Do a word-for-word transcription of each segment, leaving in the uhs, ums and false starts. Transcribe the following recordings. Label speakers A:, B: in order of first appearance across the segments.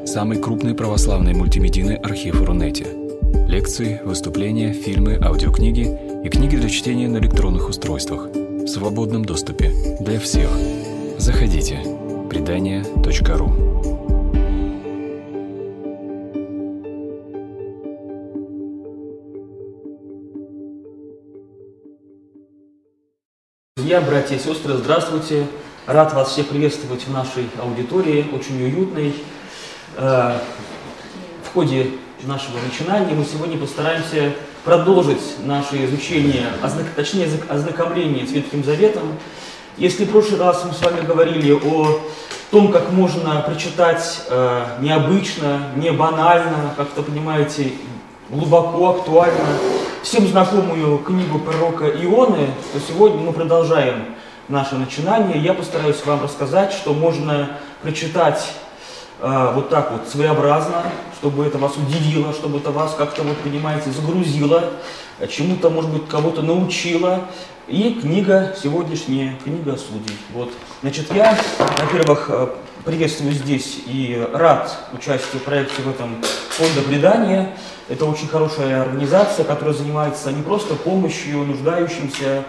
A: самый крупный православный мультимедийный архив Рунете. Лекции, выступления, фильмы, аудиокниги и книги для чтения на электронных устройствах в свободном доступе для всех. Заходите. предания точка ру.
B: Друзья, братья и сестры, здравствуйте! Рад вас всех приветствовать в нашей аудитории, очень уютной. В ходе нашего начинания мы сегодня постараемся продолжить наше изучение, точнее ознакомление с Ветхим Заветом. Если в прошлый раз мы с вами говорили о том, как можно прочитать необычно, не банально, как-то, понимаете, глубоко, актуально, всем знакомую книгу пророка Ионы, то сегодня мы продолжаем наше начинание. Я постараюсь вам рассказать, что можно прочитать э, вот так вот своеобразно, чтобы это вас удивило, чтобы это вас как-то, вот, понимаете, загрузило, чему-то, может быть, кого-то научило. И книга сегодняшняя, книга Судей. Вот. Значит, я, во-первых, приветствую здесь и рад участию в проекте в этом фонда предания. Это очень хорошая организация, которая занимается не просто помощью нуждающимся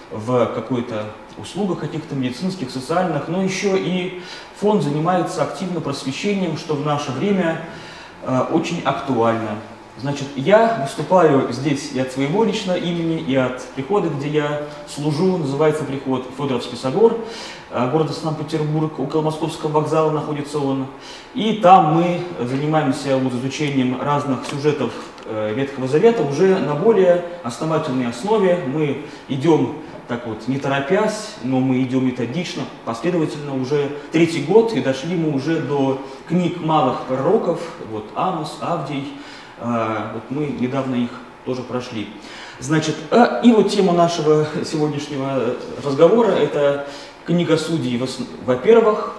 B: в какой-то услугах каких-то медицинских, социальных, но еще и фонд занимается активно просвещением, что в наше время э, очень актуально. Значит, я выступаю здесь и от своего личного имени, и от прихода, где я служу, называется приход Федоровский собор, города Санкт-Петербург, около Московского вокзала находится он. И там мы занимаемся вот изучением разных сюжетов Ветхого Завета уже на более основательной основе. Мы идем так вот, не торопясь, но мы идем методично, последовательно уже третий год, и дошли мы уже до книг малых пророков, вот Амос, Авдий. Вот мы недавно их тоже прошли. Значит, и вот тема нашего сегодняшнего разговора – это книга Судей, во-первых,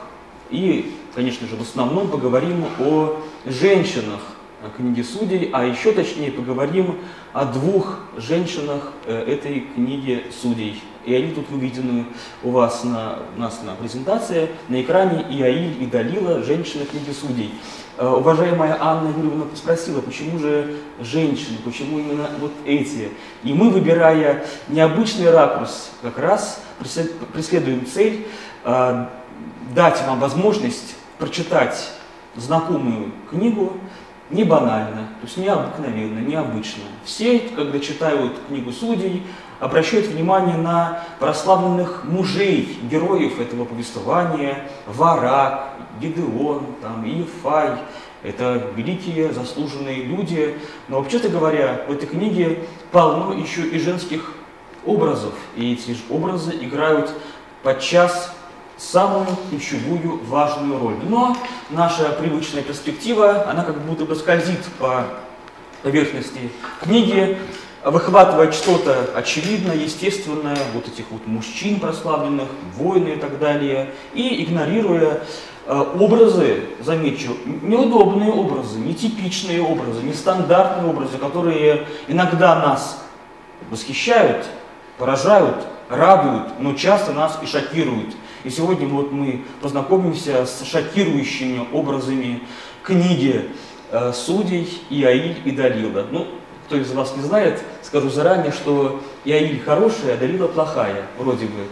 B: и, конечно же, в основном поговорим о женщинах книги Судей, а еще точнее поговорим о двух женщинах этой книги Судей. И они тут выведены у вас на, у нас на презентации, на экране Иаиль и Далила, женщины книги Судей. Уважаемая Анна Юрьевна спросила, почему же женщины, почему именно вот эти. И мы, выбирая необычный ракурс, как раз преследуем цель э, дать вам возможность прочитать знакомую книгу не банально, то есть необыкновенно, необычно. Все, когда читают книгу Судей, обращают внимание на прославленных мужей, героев этого повествования: Варак, Гедеон, там, Иефай. Это великие, заслуженные люди. Но вообще-то говоря, в этой книге полно еще и женских образов. И эти образы играют подчас самую ключевую, важную роль. Но наша привычная перспектива, она как будто бы скользит по поверхности книги, выхватывает что-то очевидное, естественное, вот этих вот мужчин прославленных, воины и так далее, и игнорируя э, образы, замечу, неудобные образы, нетипичные образы, нестандартные образы, которые иногда нас восхищают, поражают, радуют, но часто нас и шокируют. И сегодня вот мы познакомимся с шокирующими образами книги э, Судей Иаиль и Далила. Ну, кто из вас не знает, скажу заранее, что Иаиль хорошая, а Далила плохая, вроде бы.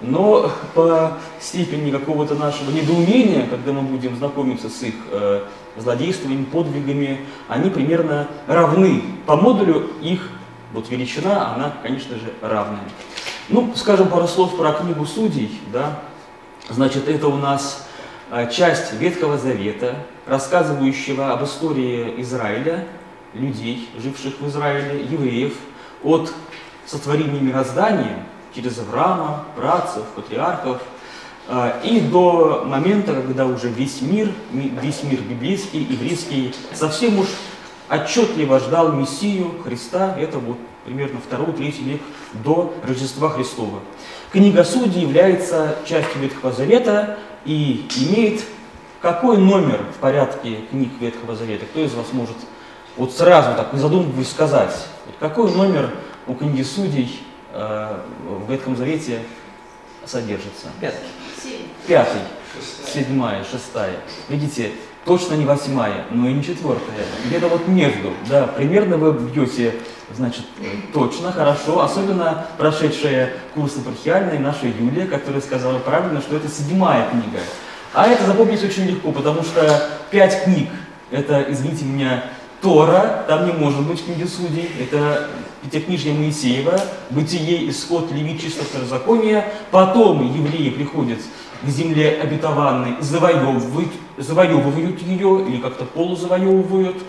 B: Но по степени какого-то нашего недоумения, когда мы будем знакомиться с их э, злодействами, подвигами, они примерно равны. По модулю их вот величина, она, конечно же, равная. Ну, скажем пару слов про книгу Судей, да. Значит, это у нас э, часть Ветхого Завета, рассказывающего об истории Израиля, людей, живших в Израиле, евреев, от сотворения мироздания через Авраама, працев, патриархов, э, и до момента, когда уже весь мир, весь мир библейский, еврейский, совсем уж отчетливо ждал Мессию Христа. Это вот примерно второй-третий век до Рождества Христова. Книга Судей является частью Ветхого Завета и имеет какой номер в порядке книг Ветхого Завета? Кто из вас может вот сразу, так не задумываясь, сказать, вот какой номер у книги Судей э, в Ветхом Завете содержится? Пятый. Пятый. Седьмая, шестая. Видите, точно не восьмая, но и не четвертая. Где-то вот между, да, примерно вы бьете, значит, точно, хорошо, особенно прошедшая курс епархиальный наша Юлия, которая сказала правильно, что это седьмая книга. А это запомнить очень легко, потому что пять книг, это, извините меня, Тора, там не может быть книги судей, это Пятикнижие Моисеева, Бытие, Исход, Левит, Числа, Второзаконие. Потом евреи приходят к земле обетованной, завоевывают, завоевывают ее или как-то полузавоевывают.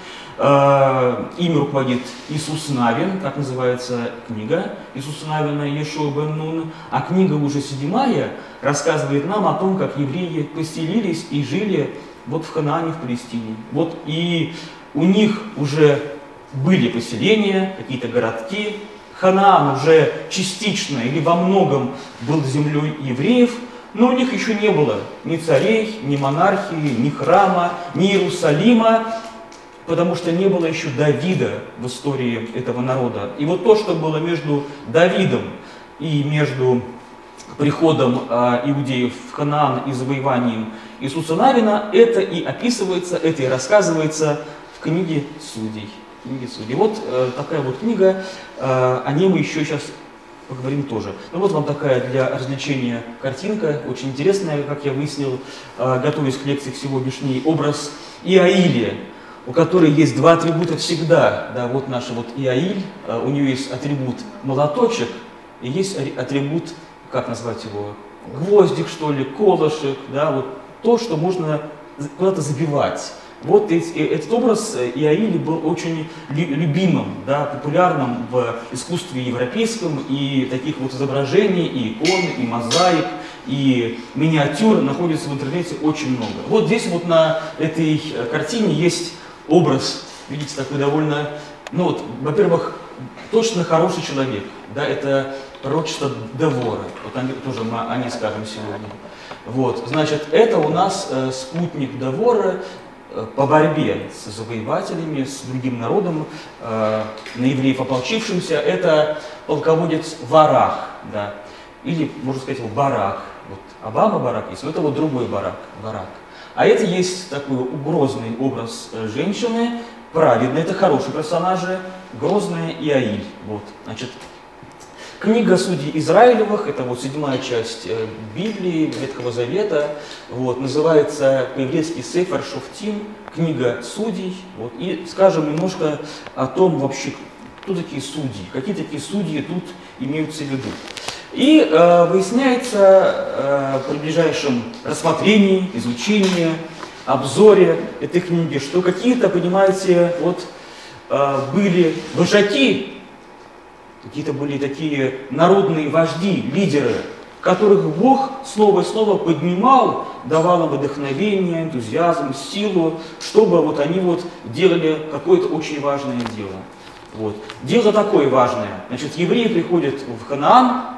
B: Ими руководит Иисус Навин, как называется книга Иисуса Навина, Йешуа бен Нун. А книга уже седьмая рассказывает нам о том, как евреи поселились и жили вот в Ханаане, в Палестине. Вот и у них уже были поселения, какие-то городки. Ханаан уже частично или во многом был землей евреев, но у них еще не было ни царей, ни монархии, ни храма, ни Иерусалима, потому что не было еще Давида в истории этого народа. И вот то, что было между Давидом и между приходом э, иудеев в Ханаан и завоеванием Иисуса Навина, это и описывается, это и рассказывается в книге Судей. Книге Судей. Вот э, такая вот книга, э, о ней мы еще сейчас поговорим тоже. Ну вот вам такая для развлечения картинка, очень интересная, как я выяснил, э, готовясь к лекции к сегодняшней, образ Иаилия, у которой есть два атрибута всегда. Да, вот наша вот Иаиль, э, у нее есть атрибут молоточек, и есть атрибут, как назвать его, гвоздик, что ли, колышек, да, вот то, что можно куда-то забивать. Вот этот образ Иаили был очень любимым, да, популярным в искусстве европейском, и таких вот изображений, и икон, и мозаик, и миниатюр находится в интернете очень много. Вот здесь вот на этой картине есть образ, видите, такой довольно, ну вот, во-первых, точно хороший человек, да, это пророчество Девора, вот они, тоже мы о ней скажем сегодня. Вот, значит, это у нас э, спутник Девора э, по борьбе с завоевателями, с другим народом, э, на евреев ополчившимся, это полководец Варах, да, или, можно сказать, его Барак. Вот Обама Барак есть, но это вот другой Барак, Барак. А это есть такой грозный образ женщины, праведный, это хорошие персонажи, грозная Иаиль. Вот, значит, книга Судей Израилевых, это вот седьмая часть Библии, Ветхого Завета, вот, называется по-еврейски Сефер Шофтим, книга Судей. Вот, и скажем немножко о том вообще, кто такие судьи, какие такие судьи тут имеются в виду. И э, выясняется э, при ближайшем рассмотрении, изучении, обзоре этой книги, что какие-то, понимаете, вот э, были вожаки, какие-то были такие народные вожди, лидеры, которых Бог слово и слово поднимал, давал им вдохновение, энтузиазм, силу, чтобы вот они вот делали какое-то очень важное дело. Вот. Дело такое важное. Значит, евреи приходят в Ханаан,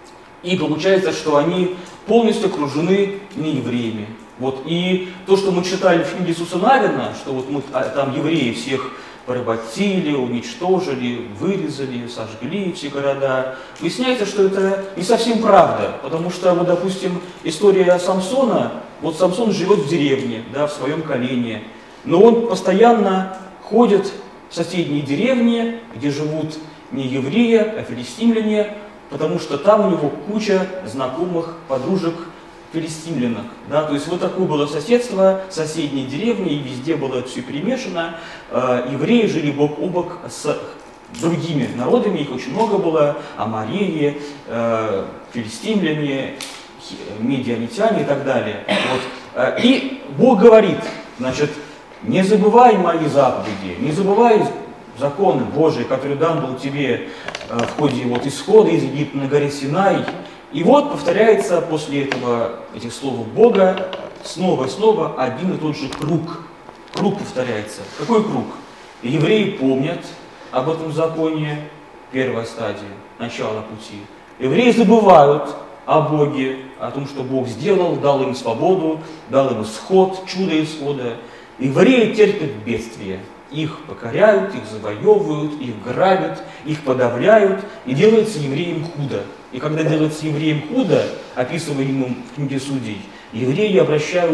B: и получается, что они полностью окружены неевреями. Вот. И то, что мы читали в книге Иисуса Навина, что вот мы там евреи всех поработили, уничтожили, вырезали, сожгли все города, выясняется, что это не совсем правда. Потому что, вот, допустим, история Самсона, вот Самсон живет в деревне, да, в своем колене, но он постоянно ходит в соседние деревни, где живут не евреи, а филистимляне, потому что там у него куча знакомых, подружек, филистимлянок. Да? То есть вот такое было соседство, соседние деревни, и везде было все перемешано. Э, евреи жили бок о бок с другими народами, их очень много было, аморреи, э, филистимляне, медианитяне и так далее. Вот. И Бог говорит, значит, не забывай мои заповеди, не забывай законы Божии, которые дан был тебе э, в ходе вот, исхода из Египта на горе Синай. И вот повторяется после этого, этих слов Бога снова и снова один и тот же круг. Круг повторяется. Какой круг? Евреи помнят об этом законе, первая стадия, начало пути. Евреи забывают о Боге, о том, что Бог сделал, дал им свободу, дал им исход, чудо исхода. Евреи терпят бедствие. Их покоряют, их завоевывают, их грабят, их подавляют, и делается евреям худо. И когда делается евреям худо, описываемым в книге Судей, евреи обращают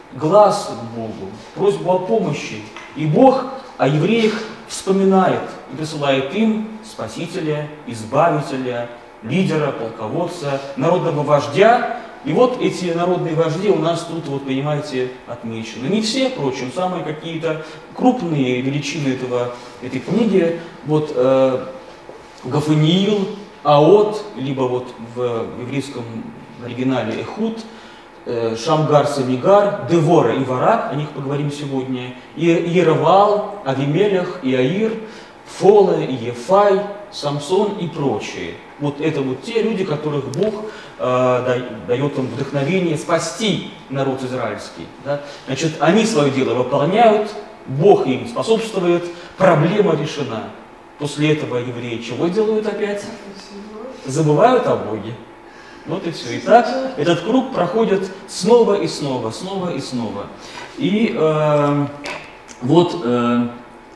B: глаз к Богу, просьбу о помощи. И Бог о евреях вспоминает и присылает им Спасителя, Избавителя, лидера, полководца, народного вождя. И вот эти народные вожди у нас тут, вот понимаете, отмечены. Не все, впрочем, самые какие-то крупные величины этого, этой книги. Вот э, Гафаниил, Аот, либо вот в еврейском оригинале Эхуд, э, Шамгар, Самигар, Девора и Варак, о них поговорим сегодня, и Иеравал, Авимелех, Иаир, Фола, Ефай, Самсон и прочие. Вот это вот те люди, которых Бог э, дает им вдохновение спасти народ израильский. Да? Значит, они свое дело выполняют, Бог им способствует, проблема решена. После этого евреи чего делают опять? Забывают о Боге. Вот и все. Итак, этот круг проходит снова и снова, снова и снова. И э, вот... Э,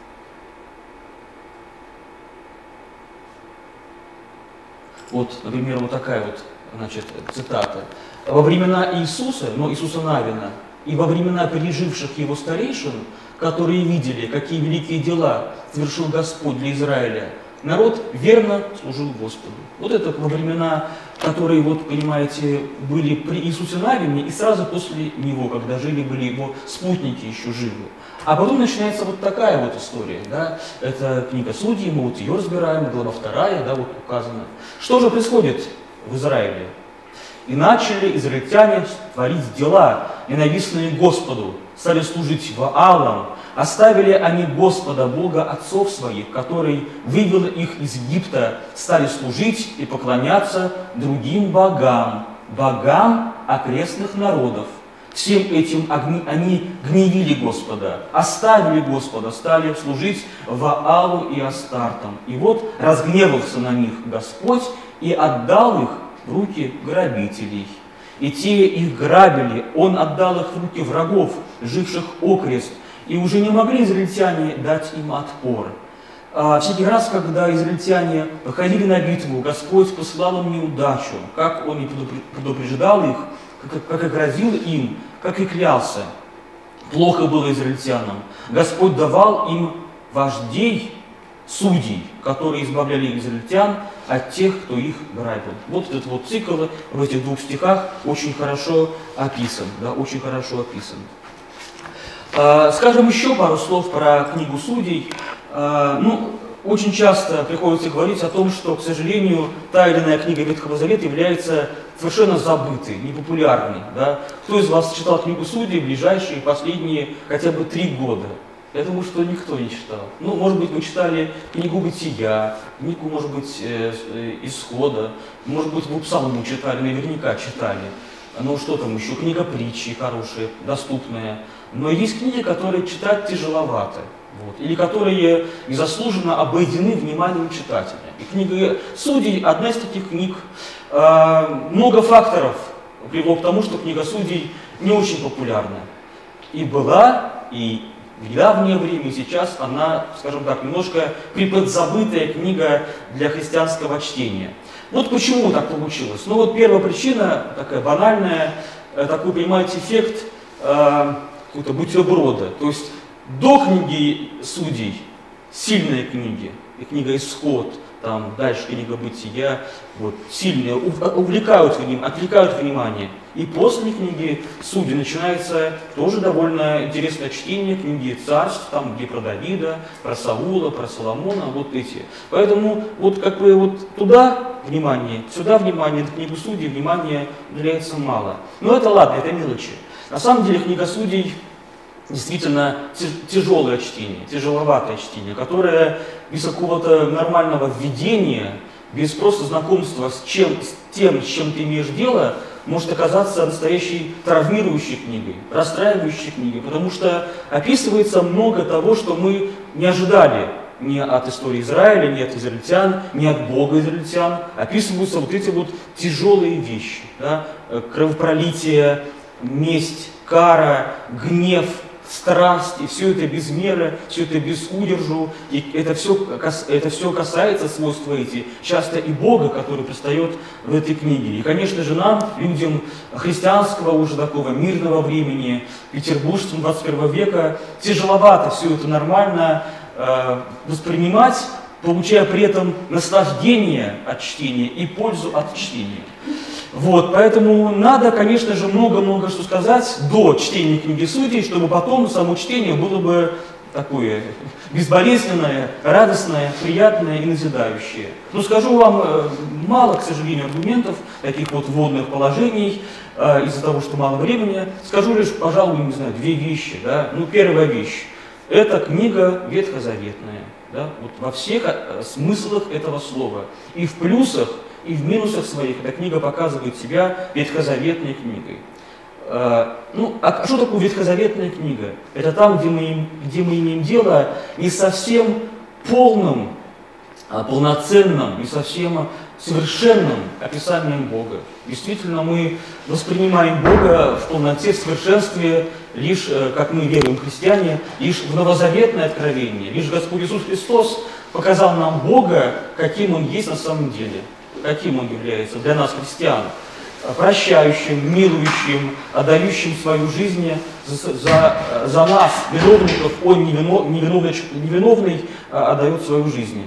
B: Вот, например, вот такая вот, значит, цитата. «Во времена Иисуса, но Иисуса Навина, и во времена переживших его старейшин, которые видели, какие великие дела совершил Господь для Израиля, народ верно служил Господу». Вот это во времена, которые, вот, понимаете, были при Иисусе Навине и сразу после него, когда жили были его спутники еще живы. А потом начинается вот такая вот история, да, это книга Судей, мы вот ее разбираем, глава вторая, да, вот указано. Что же происходит в Израиле? «И начали израильтяне творить дела, ненавистные Господу, стали служить Ваалам, оставили они Господа, Бога отцов своих, который вывел их из Египта, стали служить и поклоняться другим богам, богам окрестных народов. Всем этим они гневили Господа, оставили Господа, стали служить Ваалу и Астартам. И вот разгневался на них Господь и отдал их в руки грабителей. И те их грабили, Он отдал их в руки врагов, живших окрест, и уже не могли израильтяне дать им отпор. А всякий раз, когда израильтяне выходили на битву, Господь посылал им неудачу, как Он и предупреждал их, как, как и грозил им, как и клялся. Плохо было израильтянам. Господь давал им вождей, судей, которые избавляли израильтян от тех, кто их грабил. Вот этот вот цикл в этих двух стихах очень хорошо описан. Да, очень хорошо описан. А, скажем еще пару слов про книгу Судей. А, ну, очень часто приходится говорить о том, что, к сожалению, та или иная книга Ветхого Завета является совершенно забытой, непопулярной. Да? Кто из вас читал книгу Судей в ближайшие последние хотя бы три года? Я думаю, что никто не читал. Ну, может быть, вы читали книгу Бытия, книгу, может быть, э, э, Исхода, может быть, вы Псалмы читали, наверняка читали. Ну, что там еще? Книга Притчи хорошая, доступная. Но есть книги, которые читать тяжеловато. Вот, или которые незаслуженно обойдены вниманием читателя. И книга Судей – одна из таких книг. Э, много факторов привело к тому, что книга Судей не очень популярна. И была, и в недавнее время, и сейчас она, скажем так, немножко приподзабытая книга для христианского чтения. Вот почему так получилось. Ну вот первая причина, такая банальная, такой, понимаете, эффект э, какого-то бутерброда. То есть до книги Судей сильные книги, и книга Исход, там дальше книга Бытия, вот, сильные, увлекают внимание, отвлекают внимание. И после книги Судей начинается тоже довольно интересное чтение книги Царств, там где про Давида, про Саула, про Соломона, вот эти. Поэтому вот как бы вот туда внимание, сюда внимание, на книгу Судей внимания уделяется мало. Но это ладно, это мелочи. На самом деле книга Судей действительно тяжелое чтение, тяжеловатое чтение, которое без какого-то нормального введения, без просто знакомства с, чем, с тем, с чем ты имеешь дело, может оказаться настоящей травмирующей книгой, расстраивающей книгой, потому что описывается много того, что мы не ожидали ни от истории Израиля, ни от израильтян, ни от Бога израильтян. Описываются вот эти вот тяжелые вещи, да? Кровопролитие, месть, кара, гнев, страсть, и все это без меры, все это без удержу, и это все, это все касается свойства эти, часто и Бога, который предстает в этой книге. И, конечно же, нам, людям христианского уже такого мирного времени, петербуржцам двадцать первого века, тяжеловато все это нормально э, воспринимать, получая при этом наслаждение от чтения и пользу от чтения. Вот, поэтому надо, конечно же, много-много что сказать до чтения книги Судей, чтобы потом само чтение было бы такое безболезненное, радостное, приятное и назидающее. Но скажу вам, мало, к сожалению, аргументов, таких вот вводных положений, из-за того, что мало времени. Скажу лишь, пожалуй, не знаю, две вещи. Да? Ну, первая вещь – это книга ветхозаветная, да? Вот во всех смыслах этого слова. И в плюсах, и в минусах своих эта книга показывает себя ветхозаветной книгой. Uh, ну, а что такое ветхозаветная книга? Это там, где мы, где мы имеем дело не совсем полным, а полноценным, не совсем совершенным описанием Бога. Действительно, мы воспринимаем Бога в полноте, в совершенстве, лишь, как мы веруем, христиане, лишь в новозаветное откровение. Лишь Господь Иисус Христос показал нам Бога, каким Он есть на самом деле, каким Он является для нас, христиан. Прощающим, милующим, отдающим свою жизнь за, за, за нас, виновников, Он невиновный, невиновный отдает свою жизнь.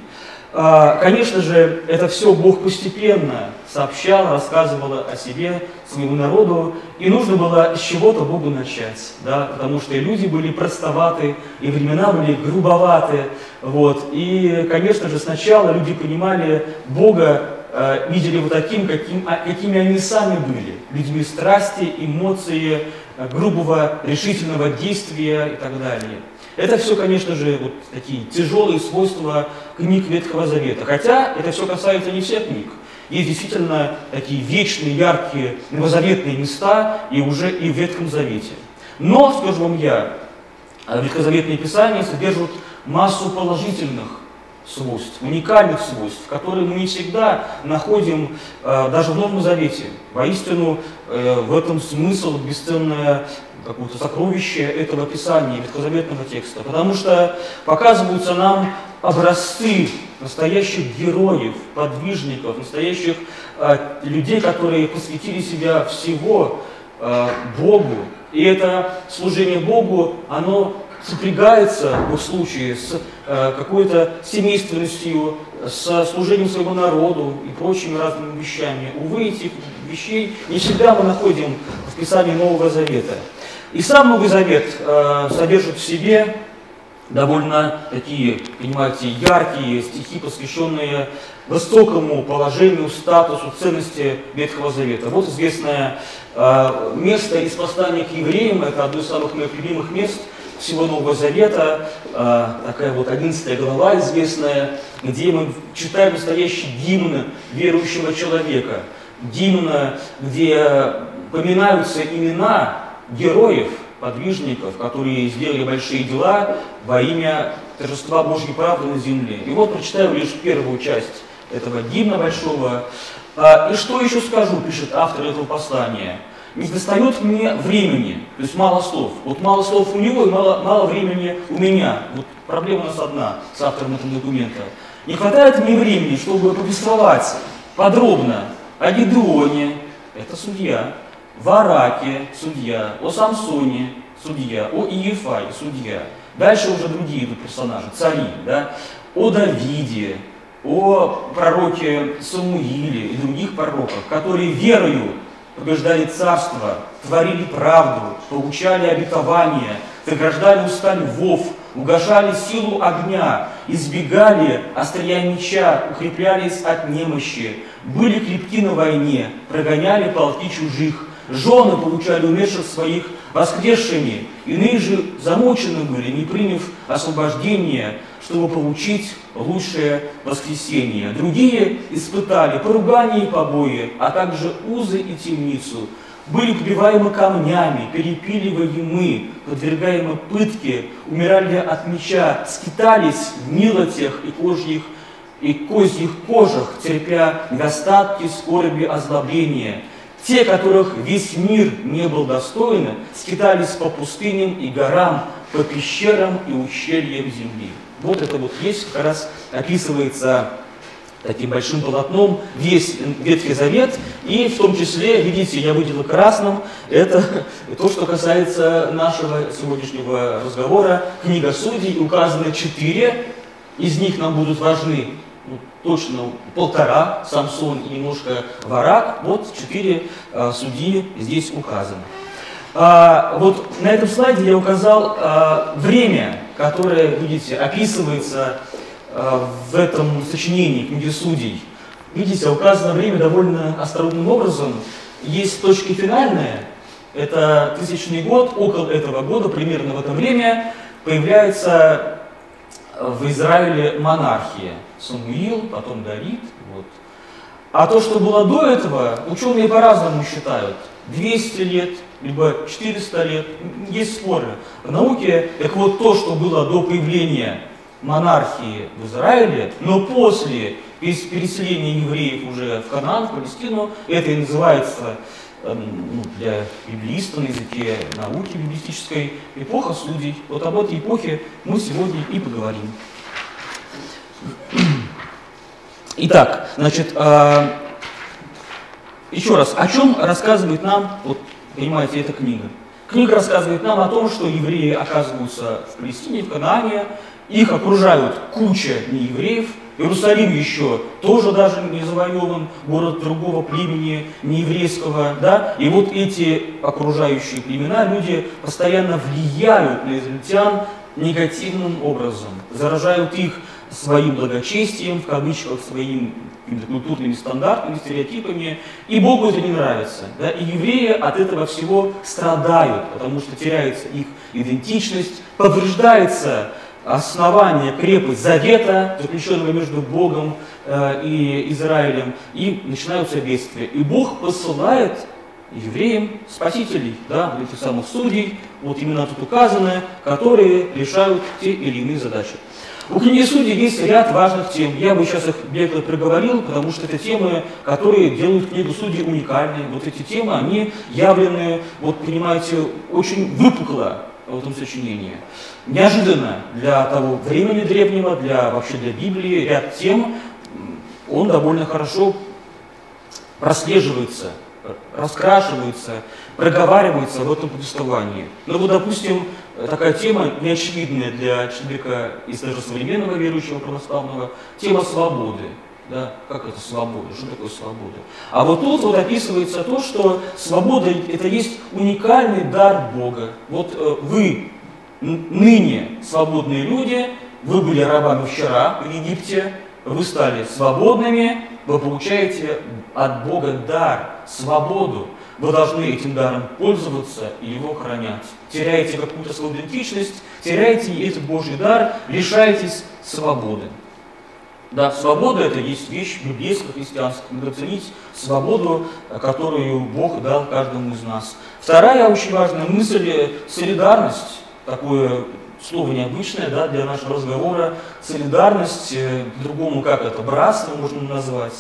B: Конечно же, это все Бог постепенно сообщал, рассказывал о себе, своему народу, и нужно было с чего-то Богу начать, да, потому что люди были простоваты, и времена были грубоваты, вот, и, конечно же, сначала люди понимали Бога, видели его таким, каким, какими они сами были, людьми страсти, эмоции, грубого, решительного действия и так далее. Это все, конечно же, вот такие тяжелые свойства книг Ветхого Завета. Хотя это все касается не всех книг. Есть действительно такие вечные, яркие, новозаветные места и уже и в Ветхом Завете. Но, скажу вам я, ветхозаветные писания содержат массу положительных свойств, уникальных свойств, которые мы не всегда находим э, даже в Новом Завете. Воистину, э, в этом смысл, бесценное какое-то сокровище этого Писания, ветхозаветного текста, потому что показываются нам образцы настоящих героев, подвижников, настоящих э, людей, которые посвятили себя всего э, Богу. И это служение Богу, оно сопрягается в их случае с э, какой-то семейственностью, с служением своему народу и прочими разными вещами. Увы, этих вещей не всегда мы находим в Писании Нового Завета. И сам Новый Завет э, содержит в себе довольно такие, понимаете, яркие стихи, посвященные высокому положению, статусу, ценности Ветхого Завета. Вот известное э, место из послания к евреям, это одно из самых моих любимых мест всего Нового Завета, э, такая вот одиннадцатая глава известная, где мы читаем настоящий гимн верующего человека. Гимн, где поминаются имена героев, подвижников, которые сделали большие дела во имя торжества Божьей правды на земле. И вот прочитаю лишь первую часть этого гимна большого. И что еще скажу, пишет автор этого послания. Не достает мне времени, то есть мало слов. Вот мало слов у него и мало, мало времени у меня. Вот проблема у нас одна с автором этого документа. Не хватает мне времени, чтобы повествовать подробно о Гедеоне, это судья, в Араке, судья, о Самсоне, судья, о Иефае, судья. Дальше уже другие идут персонажи, цари, да, о Давиде, о пророке Самуиле и других пророках, которые верою побеждали царство, творили правду, получали обетование, заграждали уста львов, угошали силу огня, избегали острия меча, укреплялись от немощи, были крепки на войне, прогоняли полки чужих, жены получали умерших своих воскресшими, иные же замучены были, не приняв освобождения, чтобы получить лучшее воскресение. Другие испытали поругание и побои, а также узы и темницу. Были побиваемы камнями, перепиливаемы, подвергаемы пытке, умирали от меча, скитались в милотях и кожьих и козьих кожах, терпя недостатки, скорби, озлобления. Те, которых весь мир не был достоин, скитались по пустыням и горам, по пещерам и ущельям земли. Вот это вот есть, как раз описывается таким большим полотном весь Ветхий Завет, и в том числе, видите, я выделил красным, это то, что касается нашего сегодняшнего разговора. Книга Судей, указано четыре, из них нам будут важны ну, точно полтора, Самсон и немножко Варак, вот четыре а, судьи здесь указаны. А, вот на этом слайде я указал а, время, которое, видите, описывается в этом сочинении книги Судей. Видите, указано время довольно остроумным образом. Есть точки финальные, это тысячный год, около этого года, примерно в это время, появляется в Израиле монархия. Самуил, потом Давид. Вот. А то, что было до этого, ученые по-разному считают. двести лет, либо четыреста лет, есть споры в науке. Так вот, то, что было до появления монархии в Израиле, но после переселения евреев уже в Ханаан, в Палестину, это и называется ну, для библииста на языке науки библистической эпоха судей. Вот об этой эпохе мы сегодня и поговорим. Итак, значит, э, еще раз, о чем рассказывает нам, вот, понимаете, эта книга? Книга рассказывает нам о том, что евреи оказываются в Палестине, в Ханаане. Их окружают куча неевреев. Иерусалим еще тоже даже не завоеван, город другого племени, нееврейского. Да? И вот эти окружающие племена, люди постоянно влияют на израильтян негативным образом, заражают их своим благочестием, в кавычках, своими культурными стандартами, стереотипами, и Богу это не нравится. Да? И евреи от этого всего страдают, потому что теряется их идентичность, повреждается основание, крепость завета, заключенного между Богом э, и Израилем, и начинаются бедствия. И Бог посылает евреям спасителей, да, этих самых судей, вот именно тут указаны, которые решают те или иные задачи. У книги Судей есть ряд важных тем. Я бы сейчас их бегло проговорил, потому что это темы, которые делают книгу Судей уникальной. Вот эти темы, они явлены, вот понимаете, очень выпукло в этом сочинении. Неожиданно для того времени древнего, для вообще для Библии, ряд тем, он довольно хорошо прослеживается, раскрашивается, проговаривается в этом повествовании. Ну вот, допустим, такая тема неочевидная для человека из даже современного верующего православного, тема свободы. Да? Как это свобода? Что такое свобода? А вот тут вот описывается то, что свобода – это есть уникальный дар Бога. Вот э, вы, ныне свободные люди, вы были рабами вчера в Египте, вы стали свободными, вы получаете от Бога дар, свободу. Вы должны этим даром пользоваться и его охранять. Теряете какую-то свою идентичность, теряете этот Божий дар, лишаетесь свободы. Да, свобода – это есть вещь библейско-христианская. Надо ценить свободу, которую Бог дал каждому из нас. Вторая очень важная мысль – солидарность. Такое слово необычное, да, для нашего разговора. Солидарность, по-другому как это, братство можно назвать.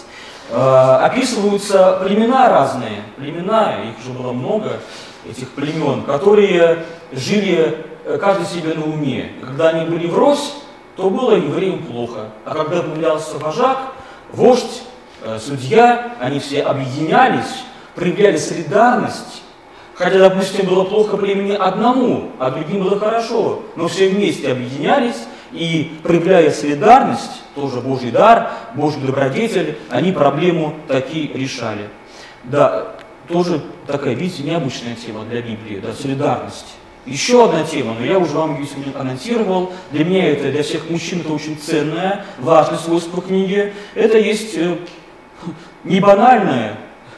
B: Описываются племена разные, племена, их уже было много, этих племен, которые жили каждый себе на уме. Когда они были врозь, то было евреям плохо. А когда появлялся вожак, вождь, судья, они все объединялись, проявляли солидарность. Хотя, допустим, было плохо племени одному, а другим было хорошо, но все вместе объединялись и, проявляя солидарность, тоже Божий дар, Божий добродетель, они проблему таки решали. Да, тоже такая, видите, необычная тема для Библии, да, солидарность. Еще одна тема, но я уже вам ее сегодня анонсировал, для меня это, для всех мужчин, это очень ценное, важное свойство книги. Это есть э, не банальное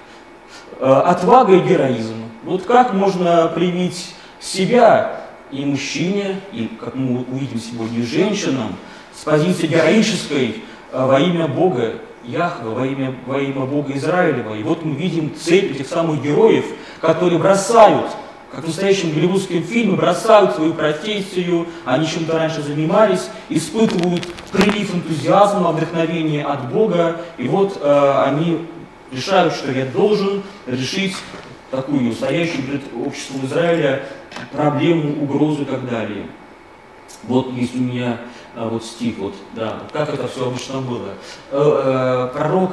B: э, отвага и героизм. Вот как можно проявить себя и мужчине, и, как мы увидим сегодня, и женщинам, с позиции героической э, во имя Бога Яхве, во имя, во имя Бога Израилева. И вот мы видим цепь этих самых героев, которые бросают, как в настоящем голливудском фильме, бросают свою профессию, они чем-то раньше занимались, испытывают прилив энтузиазма, вдохновения от Бога, и вот э, они решают, что я должен решить такую стоящую перед обществом Израиля проблему, угрозу и так далее. Вот есть у меня а, вот стих, вот, да, как это все обычно было. Э, э, пророк,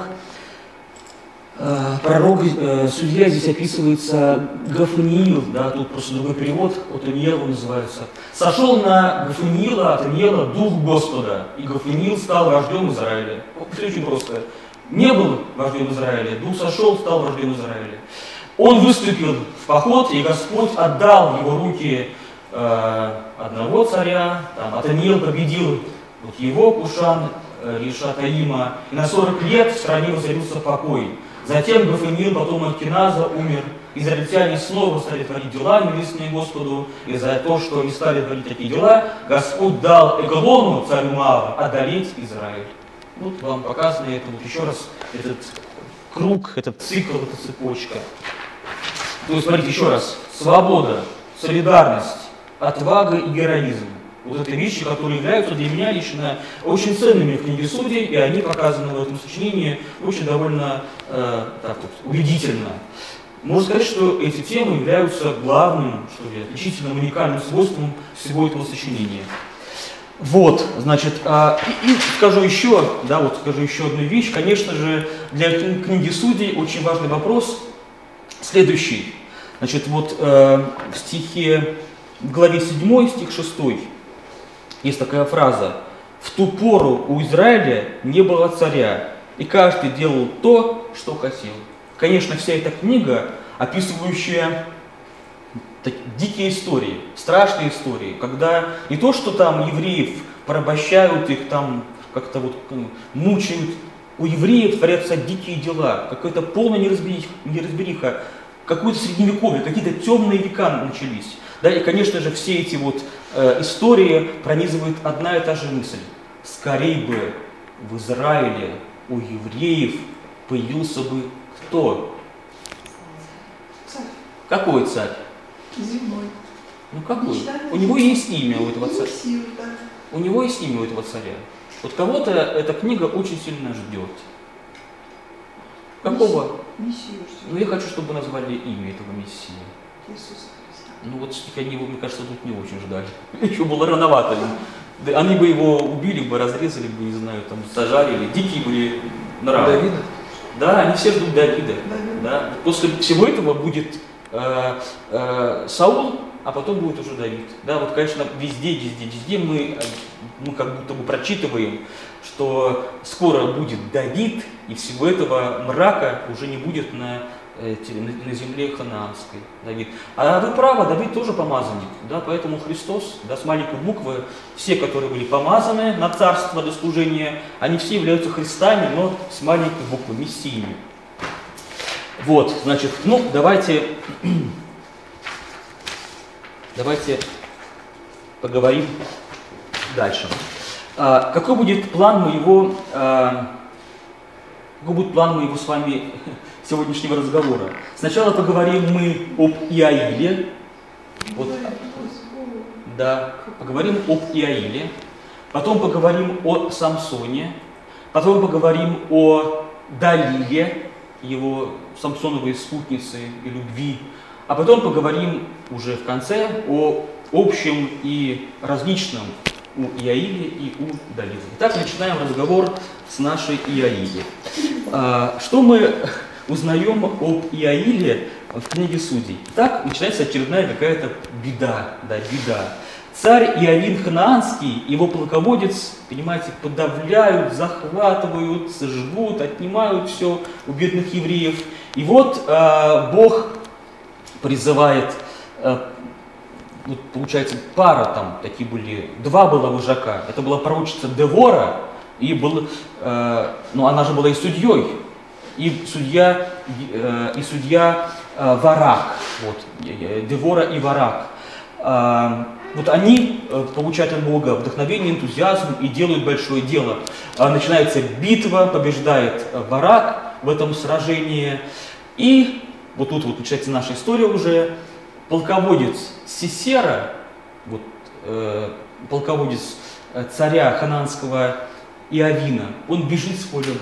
B: э, пророк э, судья здесь описывается Гафаниил, да, тут просто другой перевод, от Иниела называется. Сошел на Гафаниила, от Иниела дух Господа, и Гафаниил стал вождем Израиля. Все очень просто. Не был вождем Израиля, дух сошел, стал вождем Израиля. Он выступил в поход, и Господь отдал в его руки э, одного царя, там, Атаниил победил вот его, Кушан, э, Ришатаима, и на сорок лет в стране воцарился покой. Затем Гафаниил, потом Алькиназа, умер. Израильтяне снова стали творить дела, ненавистные Господу, и за то, что они стали творить такие дела, Господь дал Эглону, царю Моава, одолеть Израиль. Вот вам показано это вот еще раз, этот круг, этот цикл, эта цепочка. То есть, смотрите, еще раз, свобода, солидарность, отвага и героизм. Вот это вещи, которые являются для меня лично очень ценными в книге Судей, и они показаны в этом сочинении очень довольно э, так вот, убедительно. Можно сказать, что эти темы являются главным, что ли, отличительным, уникальным свойством всего этого сочинения. Вот, значит, а, и, и скажу еще, да, вот скажу еще одну вещь. Конечно же, для книги Судей очень важный вопрос следующий. Значит, вот э, в стихе, в главе седьмой, стих шестой, есть такая фраза: «В ту пору у Израиля не было царя, и каждый делал то, что хотел». Конечно, вся эта книга, описывающая дикие истории, страшные истории, когда не то, что там евреев порабощают, их там как-то вот мучают, у евреев творятся дикие дела, какая-то полная неразбериха, неразбериха какое-то средневековье, какие-то темные века начались. Да, и, конечно же, все эти вот э, истории пронизывает одна и та же мысль. Скорей бы в Израиле у евреев появился бы кто?
C: Царь.
B: Какой царь?
C: Земной.
B: Ну какой?
C: Мечтание.
B: У него есть имя у этого царя.
C: Мессию, да.
B: У него есть имя у этого царя. Вот кого-то эта книга очень сильно ждет. Какого?
C: Мессию ждет.
B: Ну я хочу, чтобы назвали имя этого Мессии.
C: Иисуса Христа.
B: Ну вот они его, мне кажется, тут не очень ждали. Еще было рановато. Да, они бы его убили бы, разрезали бы, не знаю, там сажали, дикие были нравы.
D: Давида?
B: Да, они все ждут Давида.
C: Давида.
B: Да. После всего этого будет э, э, Саул, а потом будет уже Давид. Да, вот, конечно, везде, везде, везде мы, мы как будто бы прочитываем, что скоро будет Давид, и всего этого мрака уже не будет на, э, на, на земле ханаанской. Давид. А вы правы, Давид тоже помазанник, да, поэтому Христос, да, с маленькой буквы, все, которые были помазаны на царство до служения, они все являются Христами, но с маленькой буквы, мессиями. Вот, значит, ну, давайте, давайте поговорим дальше. А, какой будет план моего, а, какой будет план моего с вами сегодняшнего разговора? Сначала поговорим мы об Иаиле. Вот, да, поговорим об Иаиле. Потом поговорим о Самсоне. Потом поговорим о Далиле, его самсоновой спутнице и любви. А потом поговорим уже в конце о общем и различном у Иаиле и у Далилы. Итак, начинаем разговор с нашей Иаиле. А, что мы узнаем об Иаиле в книге Судей? Так начинается очередная какая-то беда, да, беда. Царь Иовин Ханаанский, его полководец, понимаете, подавляют, захватывают, сожгут, отнимают все у бедных евреев. И вот э, Бог призывает, э, вот, получается, пара там, такие были, два было вожака. Это была пророчица Девора, и, был, э, ну, она же была и судьей, и судья, э, и судья э, Варак, вот, Девора и Варак. Э, Вот они получают от Бога вдохновение, энтузиазм и делают большое дело. Начинается битва, побеждает Варак в этом сражении. И вот тут вот начинается наша история уже. Полководец Сисера, вот, э, полководец царя ханаанского Иовина, он бежит с поля боя.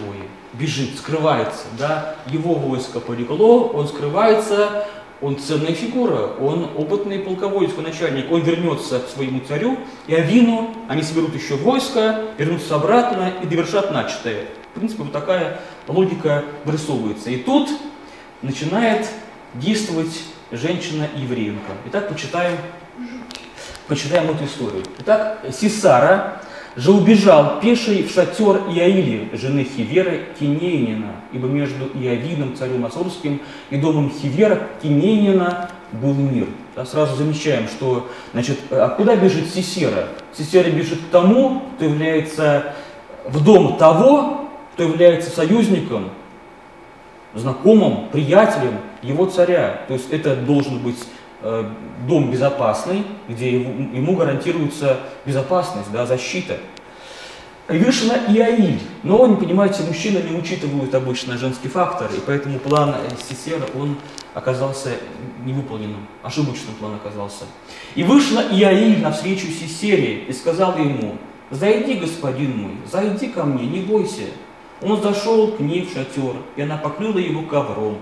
B: бежит, скрывается, да, его войско полегло, он скрывается, он ценная фигура, он опытный полководец, начальник, он вернется к своему царю и Авину, они соберут еще войско, вернутся обратно и довершат начатое. В принципе, вот такая логика вырисовывается. И тут начинает действовать женщина-евреенка. Итак, почитаем, почитаем эту историю. Итак, Сисара же убежал пеший в шатер Иаили, жены Хивера Кинейнина, ибо между Иавином, царем Ассурским, и домом Хивера Кинейнина был мир. Да, сразу замечаем, что, значит, а куда бежит Сисера? Сисера бежит к тому, кто является в дом того, кто является союзником, знакомым, приятелем его царя. То есть это должен быть э, дом безопасный, где ему, ему гарантируется безопасность, да, защита. И вышла Иаиль. Но, не понимаете, мужчины не учитывают обычно женский фактор, и поэтому план Сисера, он оказался невыполненным, ошибочным план оказался. И вышла Иаиль навстречу Сисере и сказала ему: «Зайди, господин мой, зайди ко мне, не бойся». Он зашел к ней в шатер, и она покрыла его ковром.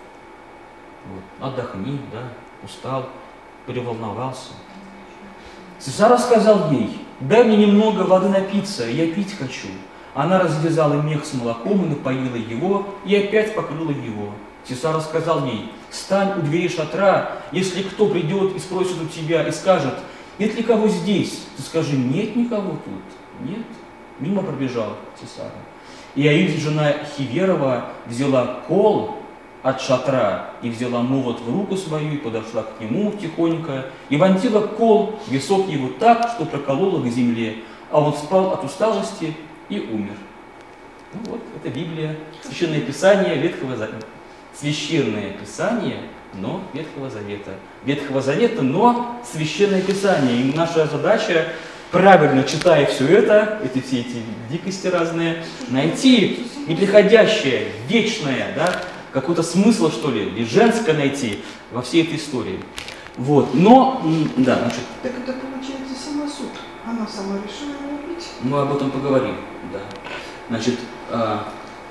B: Вот. Отдохни, да, устал, переволновался. Сисара сказал ей: дай мне немного воды напиться, я пить хочу. Она развязала мех с молоком и напоила его, и опять покрыла его. Сисара сказал ей: стань у двери шатра, если кто придет и спросит у тебя и скажет: нет ли кого здесь? Ты скажи: нет никого тут. Нет. Мимо пробежал Сисара. И Иаиль, жена Хиверова, взяла кол от шатра и взяла молот в руку свою и подошла к нему тихонько и вонзила кол в висок его так, что проколола к земле, а он спал от усталости и умер. Ну вот, это Библия, Священное Писание Ветхого Завета. Священное Писание, но Ветхого Завета. Ветхого Завета, но Священное Писание. И наша задача, правильно читая все это, эти все эти дикости разные, найти неприходящее, вечное, да, какой-то смысл, что ли, или женское найти во всей этой истории. Вот, но, да, значит...
C: Так это получается самосуд. Она сама решила его убить.
B: Мы об этом поговорим, да. Значит, а,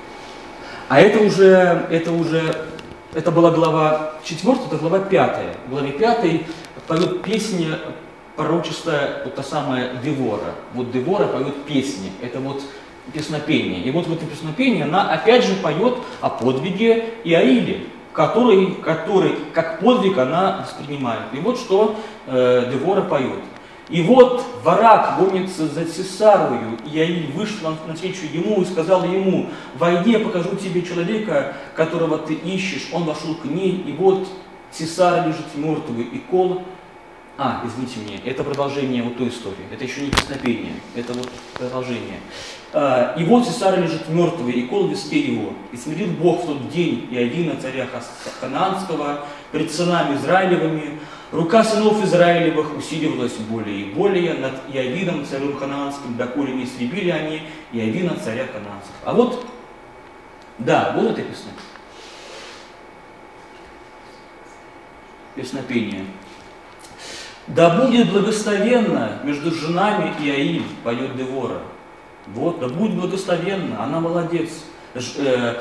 B: а это уже, это уже, это была глава четвертая, это глава пятая. В главе пятой поет песни пророчества, вот та самая Девора. Вот Девора поет песни, это вот песнопение. И вот в этом песнопении она опять же поет о подвиге Иаили, который, который как подвиг она воспринимает. И вот что э, Девора поет. И вот враг гонится за Сисарою, Иаиль вышла навстречу ему и сказала ему: войди, я покажу тебе человека, которого ты ищешь. Он вошел к ней, и вот Сисара лежит мертвый, и кол... А, извините меня, это продолжение вот той истории, это еще не песнопение, это вот продолжение. А, и вот Сисара лежит мертвый, и кол в виске его. И смирил Бог в тот день Иавина, царя Ханаанского, пред сынами Израилевыми. Рука сынов Израилевых усиливалась более и более над Иавином, царем Ханаанским, доколе не истребили они Иавина, царя Ханаанского. А вот, да, вот это песнопение. Песнопение. Да будет благословенно между женами Иаиль, поет Девора. Вот, да будет благословенно, она молодец. Ж, э,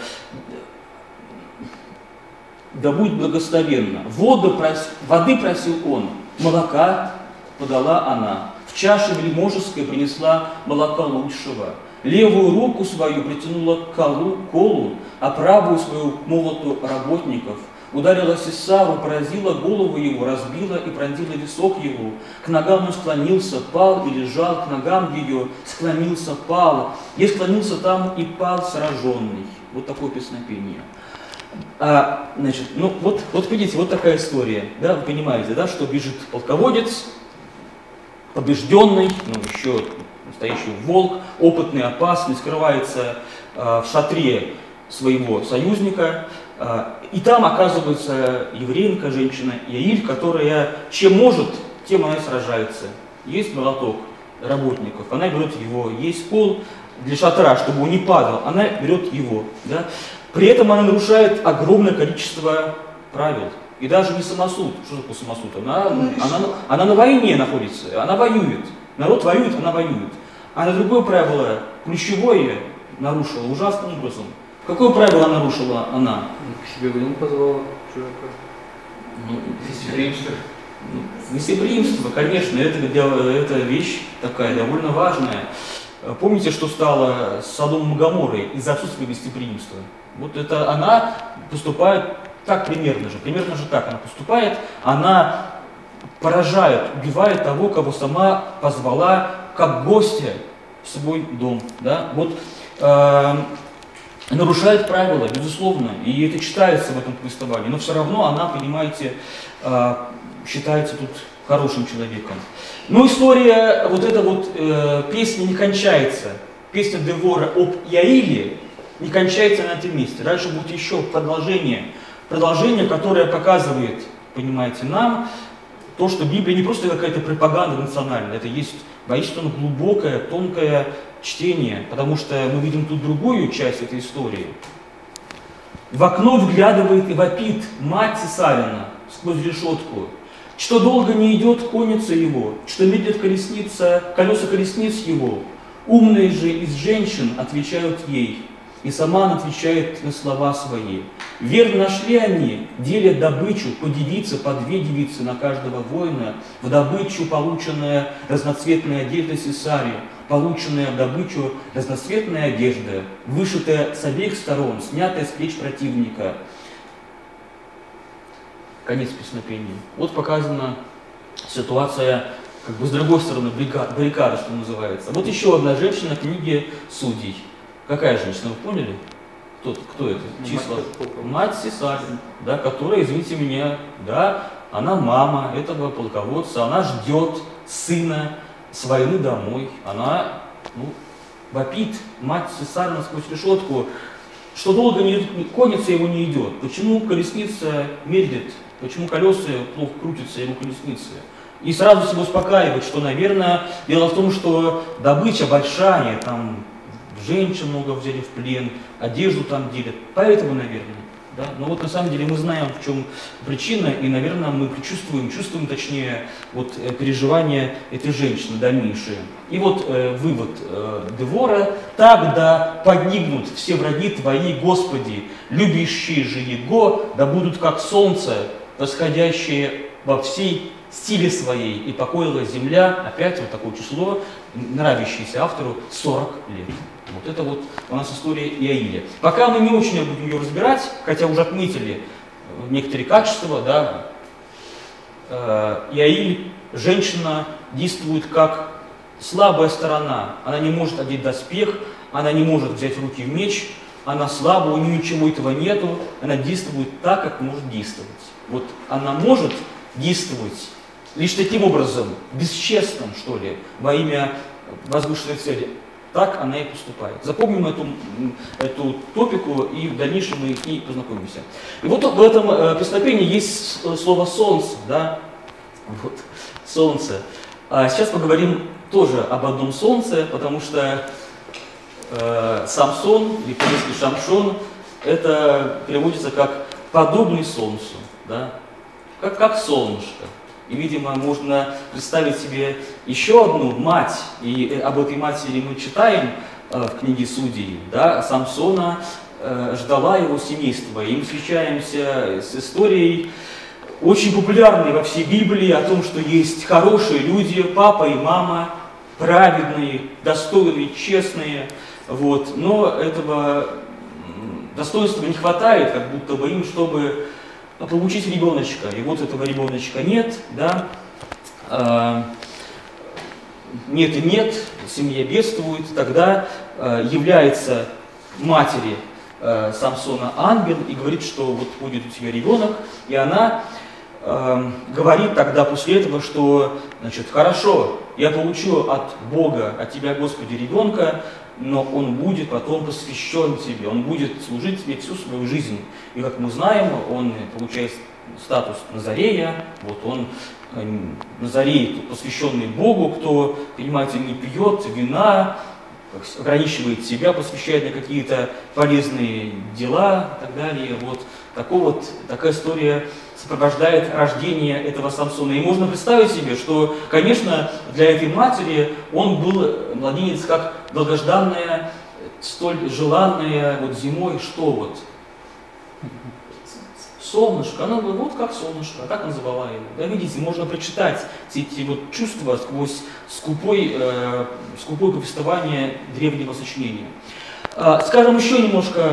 B: да будет благословенно. Воду прос, воды просил он, молока подала она. В чаше вельможеской принесла молока лучшего. Левую руку свою притянула к колу, колу, а правую свою к молоту работников. Ударила Сисару, поразила голову его, разбила и пронзила висок его. К ногам он склонился, пал и лежал, к ногам ее склонился, пал. И склонился там и пал сраженный. Вот такое песнопение. А, значит, ну вот, вот видите, вот такая история. Да, вы понимаете, да, что бежит полководец, побежденный, ну еще настоящий волк, опытный, опасный, скрывается а, в шатре своего союзника. И там оказывается еврейка, женщина Иаиль, которая чем может, тем она и сражается. Есть молоток работников, она берет его. Есть кол для шатра, чтобы он не падал, она берет его. Да? При этом она нарушает огромное количество правил. И даже не самосуд. Что такое самосуд? Она, она, она на войне находится, она воюет. Народ воюет, она воюет. А на другое правило, ключевое, нарушила ужасным образом. Какое правило нарушила она?
D: К себе в дом позвала чужака.
B: Ну,
D: Гостеприимство.
B: ну, гостеприимство, конечно, это, это вещь такая довольно важная. Помните, что стало с Содомом и Гоморрой из-за отсутствия гостеприимства? Вот это она поступает так примерно же, примерно же так она поступает, она поражает, убивает того, кого сама позвала как гостя в свой дом. Да? Вот, э, нарушает правила, безусловно, и это читается в этом повествовании, но все равно она, понимаете, э, считается тут хорошим человеком. Но история, вот эта вот э, песня не кончается. Песня Девора об Яиле не кончается на этом месте. Дальше будет еще продолжение. Продолжение, которое показывает, понимаете, нам то, что Библия не просто какая-то пропаганда национальная, это есть воистину глубокое, тонкое чтение, потому что мы видим тут другую часть этой истории. В окно вглядывает и вопит мать Сесарина сквозь решетку, что долго не идет конница его, что медлит колесница, колеса колесниц его. Умные же из женщин отвечают ей, и сама она отвечает на слова свои. Верно нашли они, делят добычу по девице, по две девицы на каждого воина, в добычу полученная разноцветная одежда Сесария, полученная в добычу разноцветная одежда, вышитая с обеих сторон, снятая с плеч противника. Конец песнопения. Вот показана ситуация, как бы с другой стороны, баррикада, что называется. Вот еще одна женщина в книге Судей. Какая женщина, вы поняли? Кто, кто это? Числа. Мать Сесарин, да, которая, извините меня, да, она мама этого полководца, она ждет сына с войны домой, она, ну, вопит, мать Сесарина сквозь решетку, что долго не идет, конница его не идет. Почему колесница медлит? Почему колеса плохо крутятся его колесницы? И сразу себя успокаивать, что, наверное, дело в том, что добыча большая, там женщин много взяли в плен, одежду там делят, поэтому, наверное. Да? Но вот на самом деле мы знаем, в чем причина, и, наверное, мы предчувствуем, чувствуем, точнее, вот, переживания этой женщины дальнейшие. И вот э, вывод э, Девора: «Тогда поднигнут все враги твои, Господи, любящие же Его, да будут как солнце, восходящее во всей силе своей, и покоила земля», опять вот такое число, нравящееся автору, сорок лет. Вот это вот у нас история Иаиля. Пока мы не очень будем ее разбирать, хотя уже отметили некоторые качества, да, Иаиль, женщина, действует как слабая сторона. Она не может одеть доспех, она не может взять в руки меч, она слаба, у нее ничего этого нету, она действует так, как может действовать. Вот она может действовать лишь таким образом, бесчестным, что ли, во имя возвышенной цели. Так она и поступает. Запомним эту, эту топику, и в дальнейшем мы с ней познакомимся. И вот в этом э, песнопении есть слово «солнце». Да? Вот, солнце. А сейчас поговорим тоже об одном солнце, потому что э, Самсон, или по-русски Шамшон, это переводится как «подобный солнцу», да? как, как солнышко. И, видимо, можно представить себе еще одну мать, и об этой матери мы читаем э, в книге Судей, да, Самсона э, ждала его семейства, и мы встречаемся с историей, очень популярной во всей Библии, о том, что есть хорошие люди, папа и мама, праведные, достойные, честные, вот, но этого достоинства не хватает, как будто бы им, чтобы получить ребеночка, и вот этого ребеночка нет, да, э, нет и нет, семья бедствует, тогда э, является матери э, Самсона ангел и говорит, что вот будет у тебя ребенок, и она э, говорит тогда после этого, что, значит, хорошо, я получу от Бога, от тебя, Господи, ребенка, но он будет потом посвящен тебе, он будет служить тебе всю свою жизнь. И как мы знаем, он получает статус Назарея, вот он Назарей, посвященный Богу, кто, понимаете, не пьет вина, ограничивает себя, посвящает на какие-то полезные дела и так далее. Вот такой вот, такая история сопровождает рождение этого Самсона. И можно представить себе, что, конечно, для этой матери он был, младенец, как долгожданное столь желанное вот зимой, что вот? Солнышко, оно было вот как солнышко, так называла его. Да, видите, можно прочитать все эти вот чувства сквозь скупой, э, скупое повествование древнего сочинения. Э, скажем еще немножко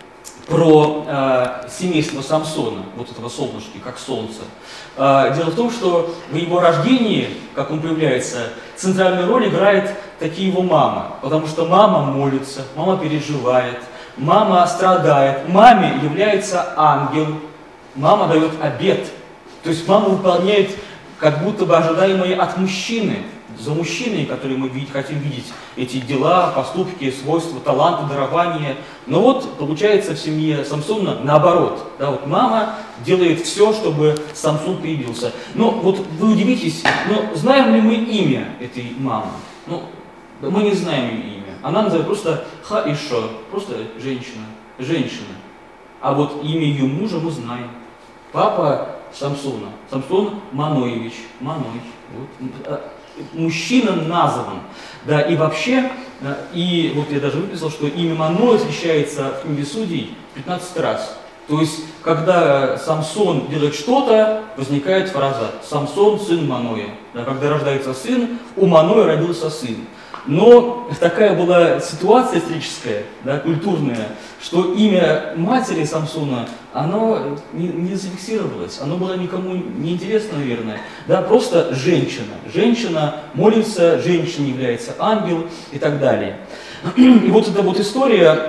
B: про э, семейство Самсона, вот этого солнышки, как солнце. Э, дело в том, что в его рождении, как он появляется, центральную роль играет таки его мама, потому что мама молится, мама переживает, мама страдает, маме является ангел. Мама дает обет, то есть мама выполняет как будто бы ожидаемые от мужчины, за мужчиной, которые мы видеть, хотим видеть, эти дела, поступки, свойства, таланты, дарования. Но вот получается в семье Самсона наоборот. Да, вот мама делает все, чтобы Самсон появился. Но вот вы удивитесь, но знаем ли мы имя этой мамы? Ну, мы не знаем ее имя. Она называется просто Ха-Иша, просто женщина, женщина. А вот имя ее мужа мы знаем. Папа Самсона, Самсон Маноевич, Маной. Вот. Мужчина назван. Да, и вообще, и вот я даже выписал, что имя Маноя встречается в книге Судей пятнадцать раз. То есть, когда Самсон делает что-то, возникает фраза «Самсон, сын Маноя». Да, когда рождается сын, у Маноя родился сын. Но такая была ситуация историческая, да, культурная, что имя матери Самсона, оно не, не зафиксировалось, оно было никому не интересно, наверное. Да, просто женщина. Женщина молится, женщина является ангел и так далее. И вот эта вот история,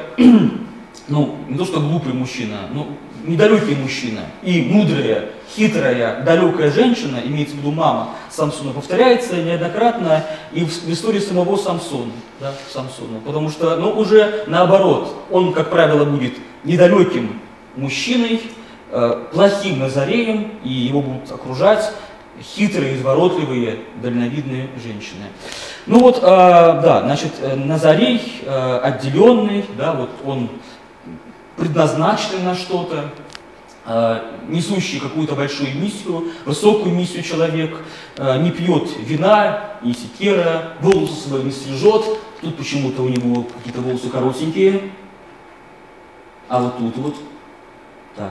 B: ну, не то что глупый мужчина, но недалекий мужчина и мудрая, хитрая, далекая женщина, имеется в виду мама Самсона, повторяется неоднократно и в, в истории самого Самсона, да, Самсона. Потому что, ну, уже наоборот, он, как правило, будет недалеким мужчиной, э, плохим назареем, и его будут окружать хитрые, изворотливые, дальновидные женщины. Ну вот, э, да, значит, Назарей э, отделенный, да, вот он предназначенный на что-то, э, несущий какую-то большую миссию, высокую миссию человек, э, не пьет вина, не секера, волосы свои не стрижет, тут почему-то у него какие-то волосы коротенькие, а вот тут вот, так,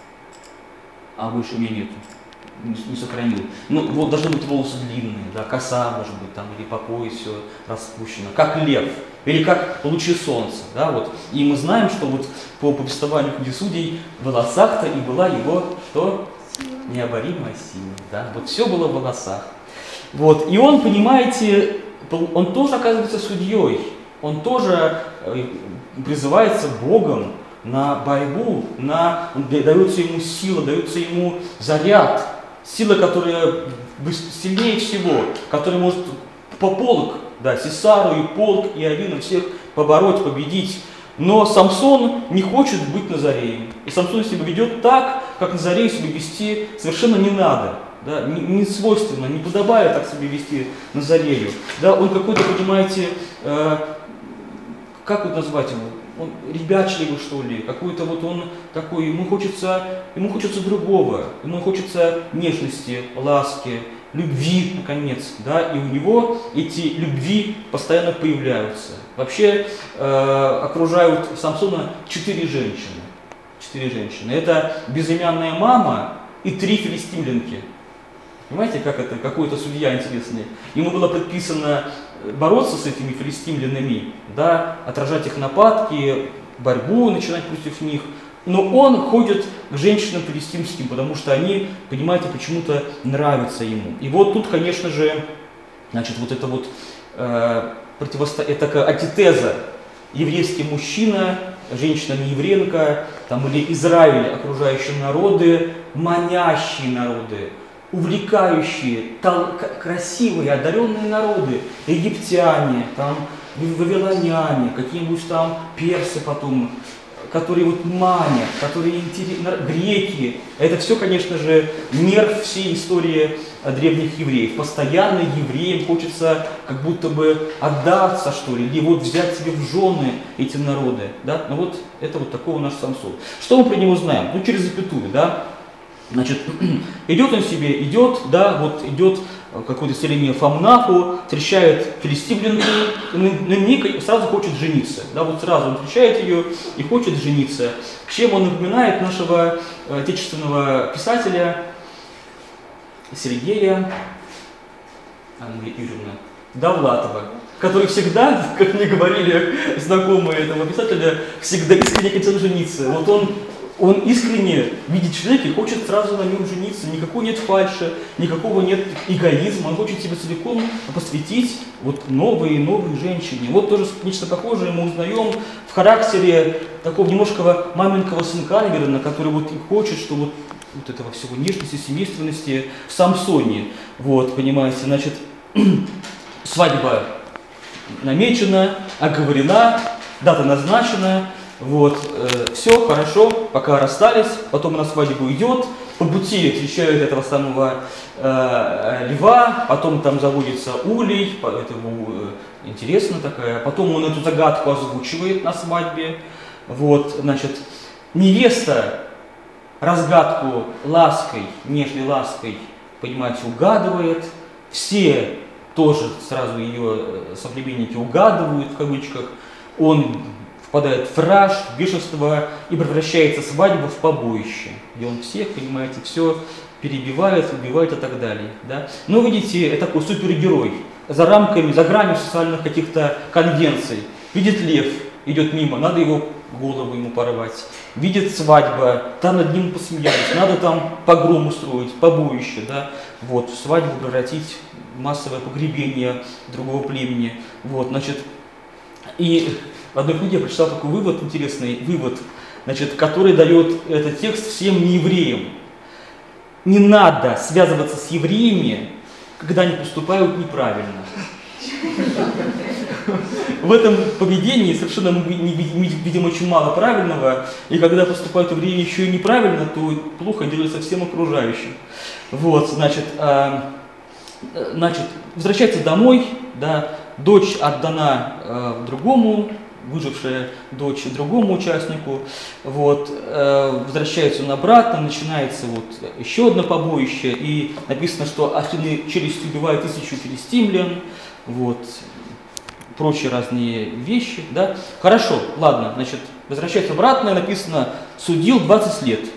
B: а больше у меня нету, не, не сохранил. Ну, вот должны быть волосы длинные, да, коса, может быть, там, или по пояс все распущено, как лев. Или как лучи солнца, да, вот. И мы знаем, что вот по повествованию книги Судей в волосах-то и была его, что? Необоримая сила, да, вот все было в волосах. Вот, и он, понимаете, он тоже оказывается судьей, он тоже призывается Богом на борьбу, на, дается ему сила, дается ему заряд, сила, которая сильнее всего, которая может по полк, да, Сесару и полк, и Авину всех побороть, победить. Но Самсон не хочет быть Назареем. И Самсон себя ведет так, как Назарей себя вести совершенно не надо. Да, не, не свойственно, не подобает так себя вести Назарею. Да, он какой-то, понимаете, э, как вот назвать его? Он ребячливый, что ли, какой-то вот он такой, ему хочется, ему хочется другого, ему хочется нежности, ласки, любви, наконец, да, и у него эти любви постоянно появляются. Вообще э, окружают Самсона четыре женщины, четыре женщины. Это безымянная мама и три филистимлянки. Понимаете, как это, какой-то судья интересный. Ему было предписано бороться с этими филистимлянами, да, отражать их нападки, борьбу начинать против них. Но он ходит к женщинам филистимским, потому что они, понимаете, почему-то нравятся ему. И вот тут, конечно же, значит, вот это вот э, противосто... это такая антитеза. Еврейский мужчина, женщина не еврейка, там, или Израиль, окружающие народы, манящие народы, увлекающие, тал... красивые, одаренные народы, египтяне, там, вавилоняне, какие-нибудь там персы потом, которые вот манят, которые интересны, греки. Это все, конечно же, нерв всей истории древних евреев. Постоянно евреям хочется как будто бы отдаться, что ли, или вот взять себе в жены эти народы. Да? Ну вот это вот такого наш Самсон. Что мы про него знаем? Ну через запятую, да. Значит, идет он себе, идет, да, вот идет какое-то селение Фамнафу, встречает филистимлянку, и на ней сразу хочет жениться. Да, вот сразу он встречает ее и хочет жениться. Чем он напоминает нашего отечественного писателя Сергея Анна Юрьевна Довлатова, который всегда, как мне говорили знакомые этого писателя, всегда искренне хотел жениться. Вот он, он искренне видит человека и хочет сразу на нем жениться. Никакой нет фальши, никакого нет эгоизма. Он хочет себя целиком посвятить вот новой и новой женщине. Вот тоже нечто похожее мы узнаем в характере такого немножко маменького сынка, наверное, который вот и хочет, что вот, вот этого всего нежности, семейственности в Самсоне. Вот, понимаете, значит, свадьба намечена, оговорена, дата назначена, вот, э, все хорошо, пока расстались, потом на свадьбу идет, по пути встречают этого самого э, льва, потом там заводится улей, это ему э, интересно такая, потом он эту загадку озвучивает на свадьбе, вот, значит, невеста разгадку лаской, нежной лаской, понимаете, угадывает, все тоже сразу ее соплеменники угадывают, в кавычках, он впадает в раж, в бешенство и превращается свадьбу в побоище, где он всех, понимаете, все перебивает, убивает и так далее. Да? Но видите, это такой супергерой, за рамками, за гранью социальных каких-то конвенций. Видит лев, идет мимо, надо его голову ему порвать. Видит свадьба, там над ним посмеялись, надо там погром устроить, побоище, да, вот, свадьбу превратить в массовое погребение другого племени, вот, значит, и в одной книге я прочитал такой вывод, интересный вывод, значит, который дает этот текст всем неевреям. Не надо связываться с евреями, когда они поступают неправильно. В этом поведении совершенно, видим, очень мало правильного, и когда поступают евреи еще и неправильно, то плохо делается всем окружающим. Вот, значит, а, значит, возвращается домой, да, дочь отдана а, другому, выжившая дочь другому участнику, вот, э, возвращается он обратно, начинается вот еще одно побоище, и написано, что Афины челюстью убивают тысячу филистимлян, вот, прочие разные вещи, да. Хорошо, ладно, значит, возвращается обратно, написано, судил двадцать лет.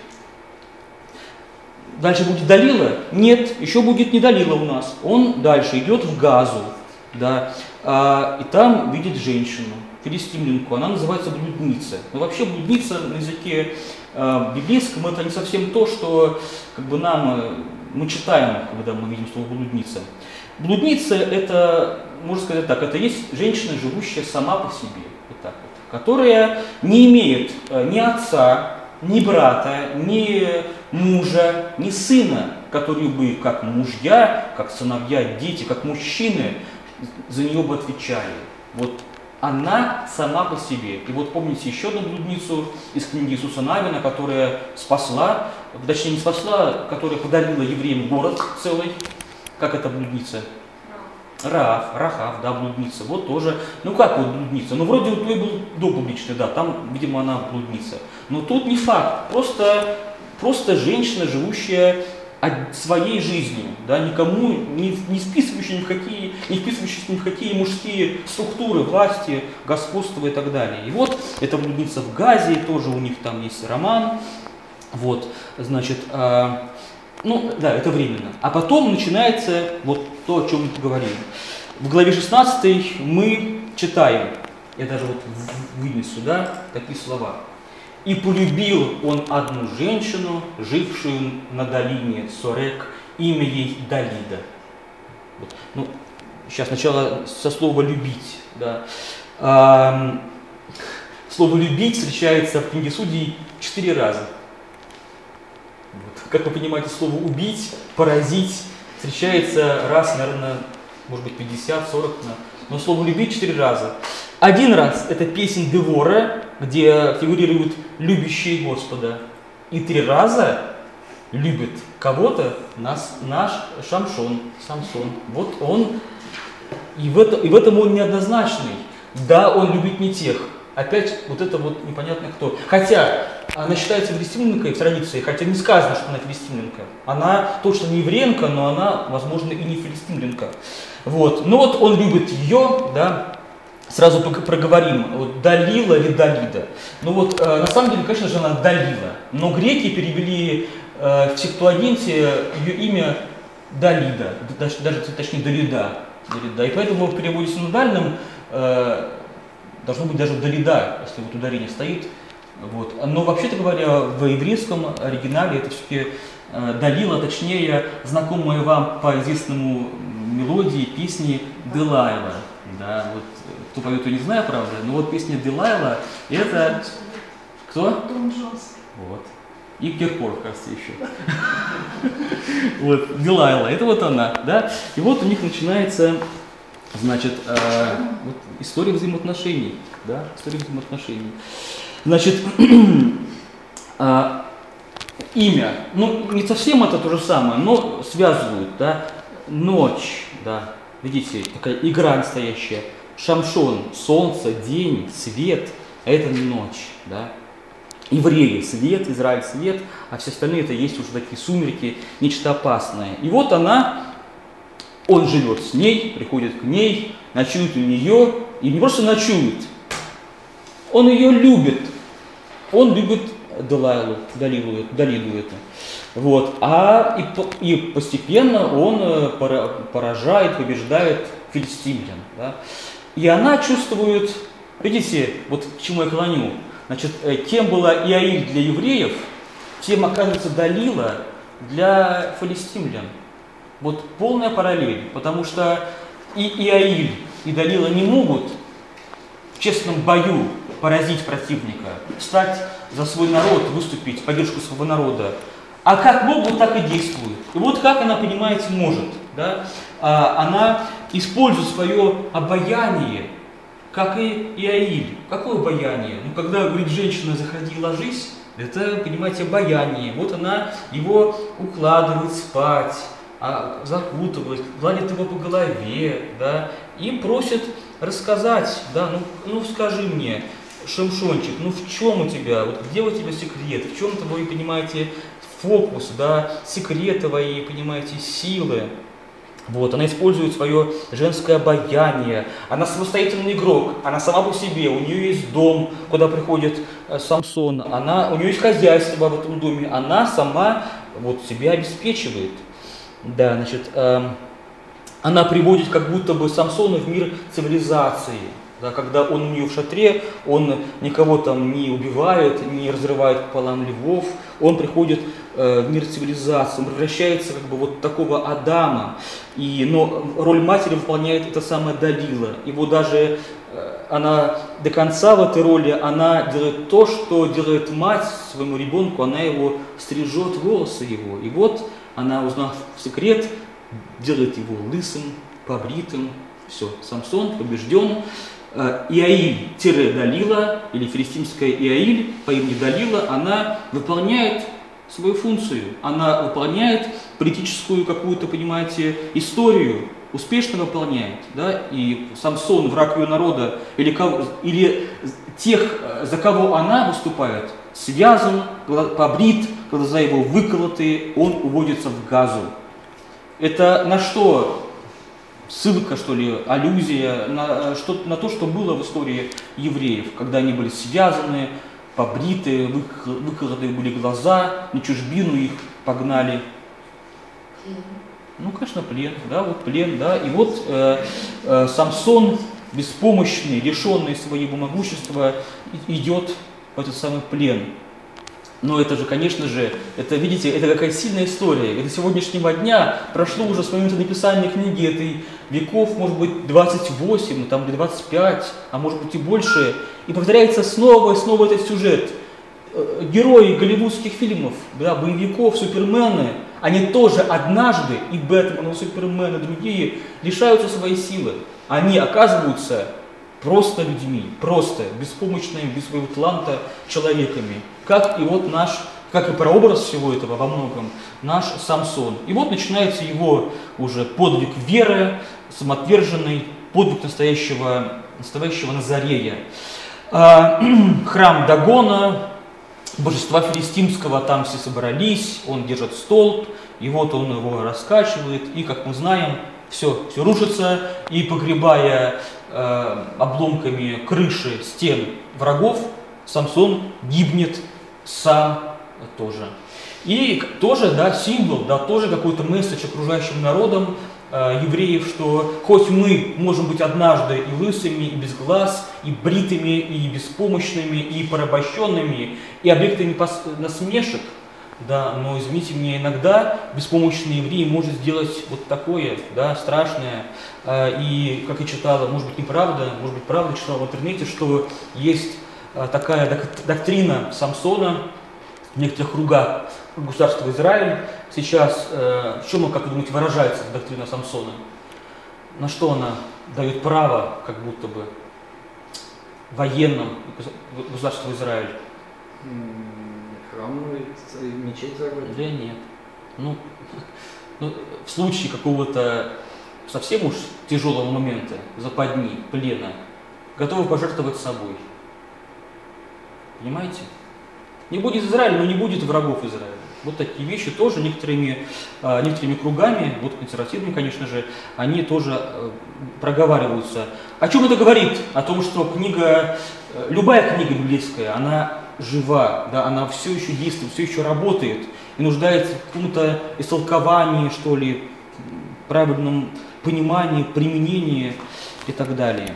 B: Дальше будет Далила? Нет, еще будет не Далила у нас. Он дальше идет в Газу, да, а, и там видит женщину, филистимлянку, она называется блудница. Но вообще блудница на языке э, библейском это не совсем то, что как бы нам, э, мы читаем, когда мы видим слово блудница. Блудница это, можно сказать так, это есть женщина, живущая сама по себе, вот так вот, которая не имеет э, ни отца, ни брата, ни мужа, ни сына, которые бы как мужья, как сыновья, дети, как мужчины за нее бы отвечали. Вот она сама по себе. И вот помните еще одну блудницу из книги Иисуса Навина, которая спасла, точнее не спасла, которая подарила евреям город целый. Как эта блудница? Раав, Рахав, да, блудница. Вот тоже. Ну как вот блудница? Ну вроде вот той был дом публичный, да, там, видимо, она блудница. Но тут не факт. Просто, просто женщина, живущая своей жизнью, да, никому не, не вписывающие ни в какие, не вписывающиеся ни в какие мужские структуры, власти, господства и так далее. И вот эта блудница в Газе, тоже у них там есть роман, вот, значит, э, ну, да, это временно. А потом начинается вот то, о чем мы поговорили. В главе шестнадцатой мы читаем, я даже вот вынесу, да, такие слова. «И полюбил он одну женщину, жившую на долине Сорек, имя ей Далида». Вот. Ну, сейчас сначала со слова «любить». Да. А, слово «любить» встречается в книге Судей четыре раза. Вот. Как вы понимаете, слово «убить», «поразить» встречается раз, наверное, может быть, пятьдесят-сорок, но слово «любить» четыре раза. Один раз это песнь Девора, где фигурируют любящие Господа. И три раза любит кого-то нас, наш Шамшон, Самсон. Вот он, и в, это, и в этом он неоднозначный. Да, он любит не тех. Опять вот это вот непонятно кто. Хотя она считается филистимлянкой в традиции, хотя не сказано, что она филистимлянка. Она точно не евреянка, но она, возможно, и не филистимлянка. Вот. Но вот он любит ее, да. Сразу проговорим, вот, Далила или Далида. Ну вот, э, на самом деле, конечно же, она Далила. Но греки перевели э, в Септуагинте ее имя Далида, даже, даже точнее Далида. Далида. И поэтому в переводе синодальном э, должно быть даже Далида, если вот ударение стоит. Вот. Но вообще-то говоря, в еврейском оригинале это все-таки э, Далила, точнее, знакомая вам по известному мелодии песни Делайла. Да, вот, кто поет, то не знаю, правда, но вот песня Делайла, это... Кто?
C: Том Джонс.
B: Вот. И Киркоров, кажется, еще. Вот, Делайла, это вот она, да. И вот у них начинается, значит, история взаимоотношений, да, история взаимоотношений. Значит, имя, ну, не совсем это то же самое, но связывают, да, ночь, да. Видите, такая игра настоящая. Шамшон, солнце, день, свет, а это ночь, да. Евреи, свет, Израиль, свет, а все остальные это есть уже такие сумерки, нечто опасное. И вот она, он живет с ней, приходит к ней, ночует у нее, и не просто ночует, он ее любит, он любит Делайлу, Далилу, Далилу это. Вот. А и, и постепенно он поражает, побеждает филистимлян. Да? И она чувствует, видите, вот к чему я клоню, значит, кем была Иаиль для евреев, тем оказывается Далила для филистимлян. Вот полная параллель, потому что и Иаиль, и Далила не могут в честном бою поразить противника, встать за свой народ, выступить в поддержку своего народа. А как могут, так и действуют. И вот как она, понимаете, может. Да? А, она использует свое обаяние, как и Иаиль. Какое обаяние? Ну, когда, говорит, женщина, заходи, ложись, это, понимаете, обаяние. Вот она его укладывает спать, а, закутывает, гладит его по голове, да, и просит рассказать, да, ну, ну скажи мне, Шамшончик, ну в чем у тебя, вот где у тебя секрет, в чем твой, понимаете, фокус, да, секреты твои, понимаете, силы. Вот, она использует свое женское обаяние, она самостоятельный игрок, она сама по себе, у нее есть дом, куда приходит э, Самсон, она, у нее есть хозяйство в этом доме, она сама вот себя обеспечивает. Да, значит, э, она приводит как будто бы Самсона в мир цивилизации. Да, когда он у нее в шатре, он никого там не убивает, не разрывает пополам львов, он приходит э, в мир цивилизации, он превращается как бы вот такого Адама, и, но роль матери выполняет эта самая Далила. Его даже э, она до конца в этой роли, она делает то, что делает мать своему ребенку, она его стрижет волосы его. И вот она, узнав секрет, делает его лысым, побритым. Все, Самсон побежден. Иаиль-Далила, или филистимская Иаиль по имени Далила, она выполняет свою функцию, она выполняет политическую какую-то, понимаете, историю, успешно выполняет, да, и Самсон, враг ее народа, или, кого, или тех, за кого она выступает, связан, побрит, глаза его выколоты, он уводится в Газу. Это на что? Ссылка, что ли, аллюзия на, что, на то, что было в истории евреев, когда они были связаны, побриты, выколоты были глаза, на чужбину их погнали. Ну, конечно, плен, да, вот плен, да. И вот э, э, Самсон, беспомощный, лишенный своего могущества, идет в этот самый плен. Но это же, конечно же, это, видите, это какая сильная история. Это сегодняшнего дня прошло уже с момента написания книги этой веков, может быть, двадцать восемь, там, или двадцать пять, а может быть и больше. И повторяется снова и снова этот сюжет. Герои голливудских фильмов, да, боевиков, супермены, они тоже однажды, и Бэтмен, и Супермен, и другие, лишаются своей силы. Они оказываются просто людьми, просто беспомощными, без своего таланта человеками. Как и вот наш, как и прообраз всего этого во многом, наш Самсон. И вот начинается его уже подвиг веры, самоотверженный подвиг настоящего, настоящего Назарея. Храм Дагона, божества филистимского, там все собрались, он держит столб, и вот он его раскачивает, и, как мы знаем, все, все рушится, и погребая э, обломками крыши стен врагов, Самсон гибнет сам тоже. И тоже, да, символ, да, тоже какой-то месседж окружающим народам э, евреев, что хоть мы можем быть однажды и лысыми, и без глаз, и бритыми, и беспомощными, и порабощенными, и объектами насмешек, да, но, извините меня, иногда беспомощный еврей может сделать вот такое, да, страшное. Э, и, как я читала, может быть, неправда, может быть, правда, читала в интернете, что есть э, такая док доктрина Самсона в некоторых кругах государства Израиль. Сейчас, э, в чем, как вы думаете, выражается доктрина Самсона? На что она дает право, как будто бы, военным государству Израиль?
D: Храм, мечеть закрыть?
B: Да нет. Ну, ну, в случае какого-то совсем уж тяжелого момента, западни, плена, готовы пожертвовать собой. Понимаете? Не будет Израиля, но не будет врагов Израиля. Вот такие вещи тоже некоторыми, э, некоторыми кругами, вот консервативными, конечно же, они тоже э, проговариваются. О чем это говорит? О том, что книга, э, любая книга библейская, она жива, да, она все еще действует, все еще работает и нуждается в каком-то истолковании, что ли, правильном понимании, применении и так далее.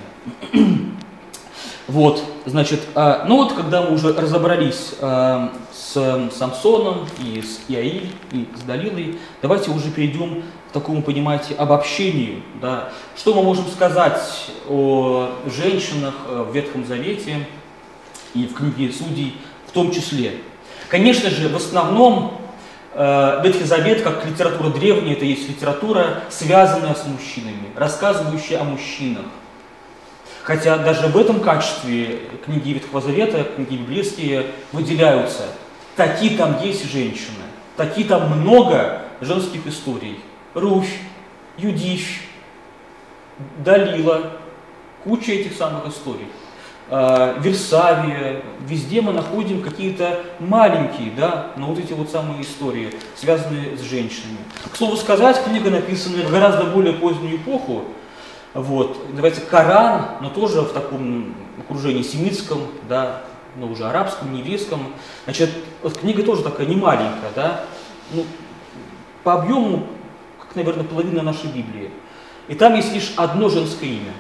B: Вот, значит, э, ну вот, когда мы уже разобрались э, с Самсоном и с Иаиль, и с Далилой, давайте уже перейдем к такому, понимаете, обобщению, да. Что мы можем сказать о женщинах в Ветхом Завете и в книге Судей в том числе? Конечно же, в основном э, Ветхий Завет, как литература древняя, это есть литература, связанная с мужчинами, рассказывающая о мужчинах. Хотя даже в этом качестве книги Ветхого Завета, книги библейские выделяются. Такие там есть женщины, такие там много женских историй. Руфь, Юдифь, Далила, куча этих самых историй. Версавия, везде мы находим какие-то маленькие, да, но вот эти вот самые истории, связанные с женщинами. К слову сказать, книга написана в гораздо более позднюю эпоху. Вот, называется Коран, но тоже в таком окружении семитском, да, но уже арабском, не еврейском. Значит, вот книга тоже такая не маленькая, да, ну, по объему, как, наверное, половина нашей Библии. И там есть лишь одно женское имя.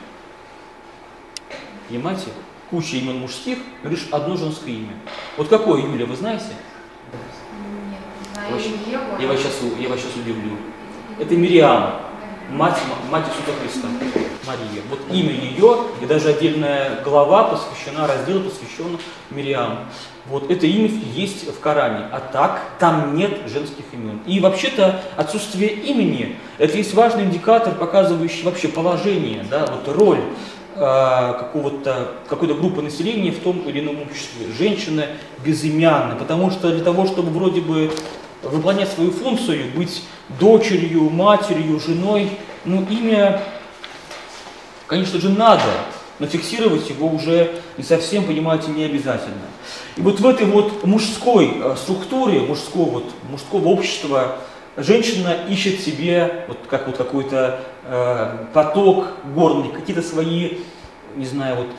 B: Понимаете? Куча имен мужских, но лишь одно женское имя. Вот какое, Юля, вы знаете?
E: Нет, знаю
B: Я вас,
E: Еву.
B: я вас сейчас, я вас сейчас удивлю. Это Мириам. Мать, мать Иисуса Христа, Мария. Вот имя ее, и даже отдельная глава посвящена, раздел посвящен Мириам. Вот это имя есть в Коране, а так там нет женских имен. И вообще-то отсутствие имени, это есть важный индикатор, показывающий вообще положение, да, вот роль э, какого-то, какой-то группы населения в том или ином обществе. Женщина безымянна, потому что для того, чтобы вроде бы выполнять свою функцию, быть дочерью, матерью, женой, ну, имя, конечно же, надо, но фиксировать его уже не совсем, понимаете, не обязательно. И вот в этой вот мужской структуре, мужского, вот, мужского общества, женщина ищет себе, вот как вот какой-то э, поток горный, какие-то свои, не знаю, вот,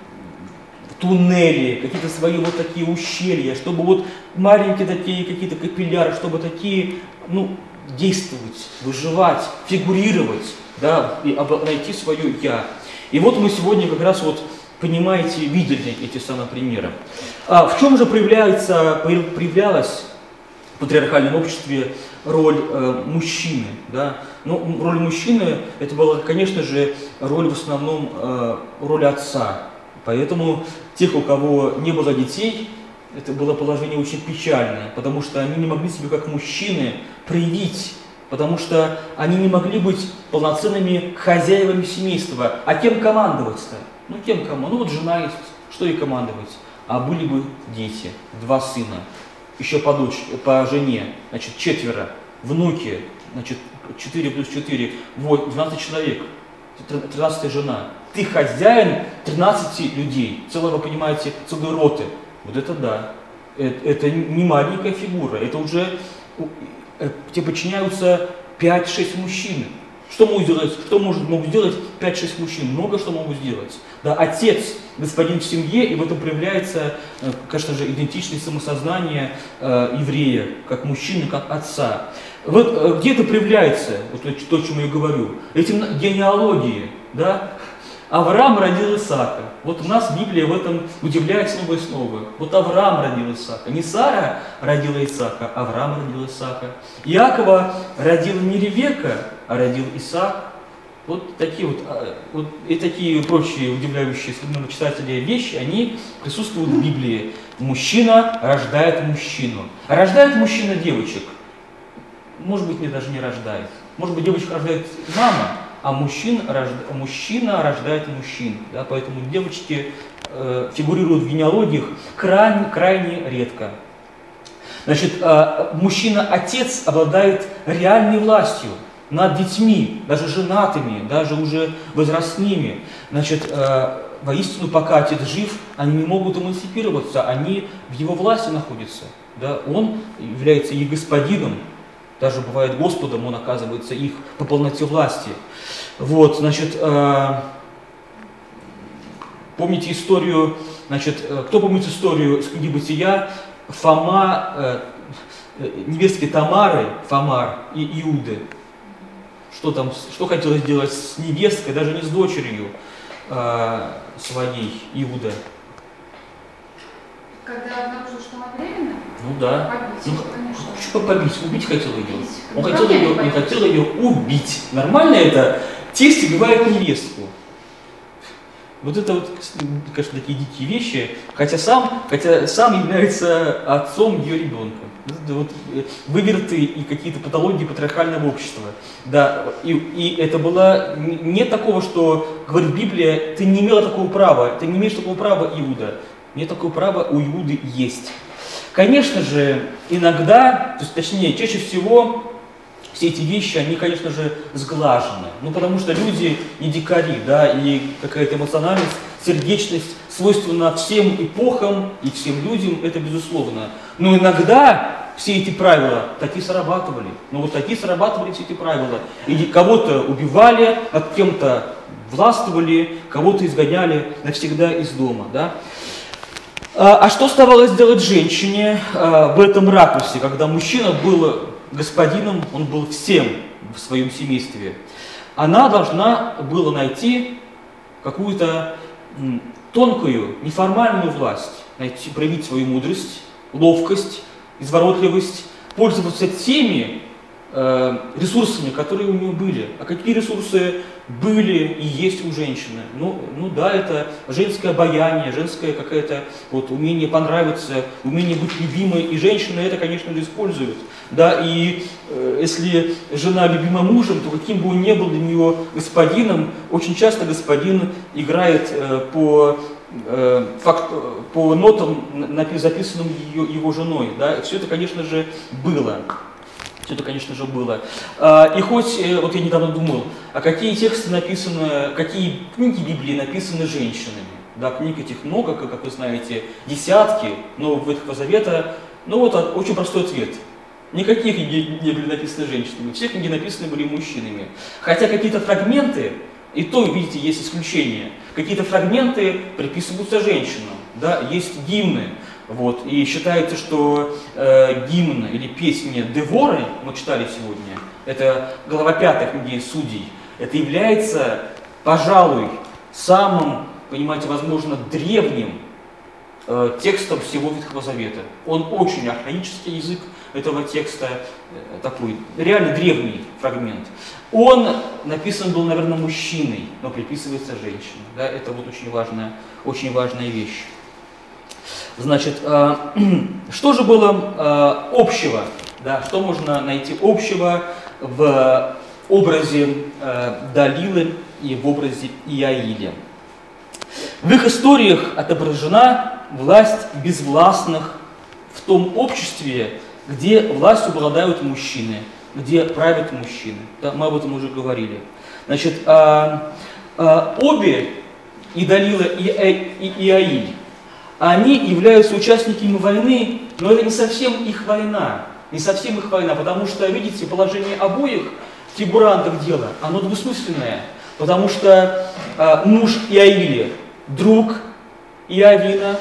B: туннели, какие-то свои вот такие ущелья, чтобы вот маленькие такие какие-то капилляры, чтобы такие, ну, действовать, выживать, фигурировать, да, и найти свое «я». И вот мы сегодня как раз вот, понимаете, видели эти самые примеры. А в чем же проявляется, проявлялась в патриархальном обществе роль э, мужчины, да? Ну, роль мужчины, это была, конечно же, роль в основном, э, роль отца. Поэтому тех, у кого не было детей, это было положение очень печальное, потому что они не могли себя как мужчины проявить, потому что они не могли быть полноценными хозяевами семейства. А кем командовать-то? Ну, кем кому? Ну, вот жена есть, что ей командовать? А были бы дети, два сына, еще по, дочь, по жене, значит, четверо, внуки, значит, четыре плюс четыре, двенадцать человек, тринадцатая жена. Ты хозяин тринадцати людей, целого, понимаете, целой роты. Вот это да. Это, это не маленькая фигура, это уже тебе подчиняются пять-шесть мужчин. Что могут сделать? Что может, могут сделать пять-шесть мужчин? Много что могут сделать. Да, отец, господин в семье, и в этом проявляется, конечно же, идентичность самосознания э, еврея, как мужчины, как отца. Вот где это проявляется, вот то, о чем я говорю, эти генеалогии, да? Авраам родил Исаака. Вот у нас Библия в этом удивляет снова и снова. Вот Авраам родил Исаака. Не Сара родила Исаака, а Авраам родил Исаака. Иакова родила не Ревека, а родил Исаак. Вот такие вот, вот и такие прочие удивляющие современного читателя вещи, они присутствуют в Библии. Мужчина рождает мужчину. А рождает мужчина девочек. Может быть, не даже не рождает. Может быть, девочка рождает мама, а мужчин, рожда... мужчина рождает мужчин. Да? Поэтому девочки э, фигурируют в генеалогиях крайне, крайне редко. Значит, э, мужчина-отец обладает реальной властью над детьми, даже женатыми, даже уже возрастными. Значит, э, воистину, пока отец жив, они не могут эмансипироваться, они в его власти находятся. Да? Он является их господином. Даже бывает Господом, он оказывается их по полноте власти. Вот, значит, э, помните историю, значит, э, кто помнит историю из книги Бытия, Фома, э, невестки Тамары, Фомар и Иуды. Что там, что хотел сделать с невесткой, даже не с дочерью э, своей, Иуда?
E: Когда обнаружил, что она беременна?
B: Ну да.
E: Побить,
B: Ну,
E: конечно.
B: что побить? Убить хотел ее.
E: Убить.
B: Он
E: Ну,
B: хотел
E: как
B: ее,
E: не
B: не
E: побить?
B: хотел ее убить. Нормально это? Тесть убивает невестку. Вот это вот, конечно, такие дикие вещи, хотя сам, хотя сам является отцом ее ребенка. Это вот выверты и какие-то патологии патриархального общества. Да, и, и это было не такого, что, говорит Библия, ты не имела такого права, ты не имеешь такого права, Иуда. Нет такого права, у Иуды есть. Конечно же, иногда, то есть, точнее, чаще всего, все эти вещи, они, конечно же, сглажены. Ну, потому что люди не дикари, да, и какая-то эмоциональность, сердечность свойственна всем эпохам и всем людям, это безусловно. Но иногда все эти правила такие срабатывали. Ну, вот такие срабатывали все эти правила. И кого-то убивали, над кем-то властвовали, кого-то изгоняли навсегда из дома, да. А что оставалось делать женщине в этом ракурсе, когда мужчина был господином, он был всем в своем семействе? Она должна была найти какую-то тонкую, неформальную власть, найти, проявить свою мудрость, ловкость, изворотливость, пользоваться теми э, ресурсами, которые у нее были. А какие ресурсы были и есть у женщины? Ну, ну да, это женское обаяние, женское какое-то вот, умение понравиться, умение быть любимой, и женщины это, конечно же, используют. Да, и э, если жена любима мужем, то каким бы он ни был для нее господином, очень часто господин играет э, по, э, факт, по нотам, записанным ее, его женой. Да, и все это, конечно же, было. Все это, конечно же, было. И хоть, вот я недавно думал, а какие тексты написаны, какие книги Библии написаны женщинами? Да, книг этих много, как вы знаете, десятки, но в Ветхого Завета, ну вот очень простой ответ. Никакие книги не были написаны женщинами, все книги написаны были мужчинами. Хотя какие-то фрагменты, и то, видите, есть исключения, какие-то фрагменты приписываются женщинам, да, есть гимны. Вот, и считается, что э, гимн или песни Деворы, мы читали сегодня, это глава пятая книги Судей, это является, пожалуй, самым, понимаете, возможно, древним э, текстом всего Ветхого Завета. Он очень архаический язык этого текста, э, такой реально древний фрагмент. Он написан был, наверное, мужчиной, но приписывается женщине. Да? Это вот очень важная, очень важная вещь. Значит, э, что же было э, общего, да, что можно найти общего в образе э, Далилы и в образе Иаиля? В их историях отображена власть безвластных в том обществе, где властью обладают мужчины, где правят мужчины. Да, мы об этом уже говорили. Значит, э, э, обе, и Далила, и, и, и Иаиль, они являются участниками войны Но это не совсем их война, не совсем их война, потому что, видите, положение обоих фигурантов дела, оно двусмысленное, потому что э, муж Иаили – друг Иовина,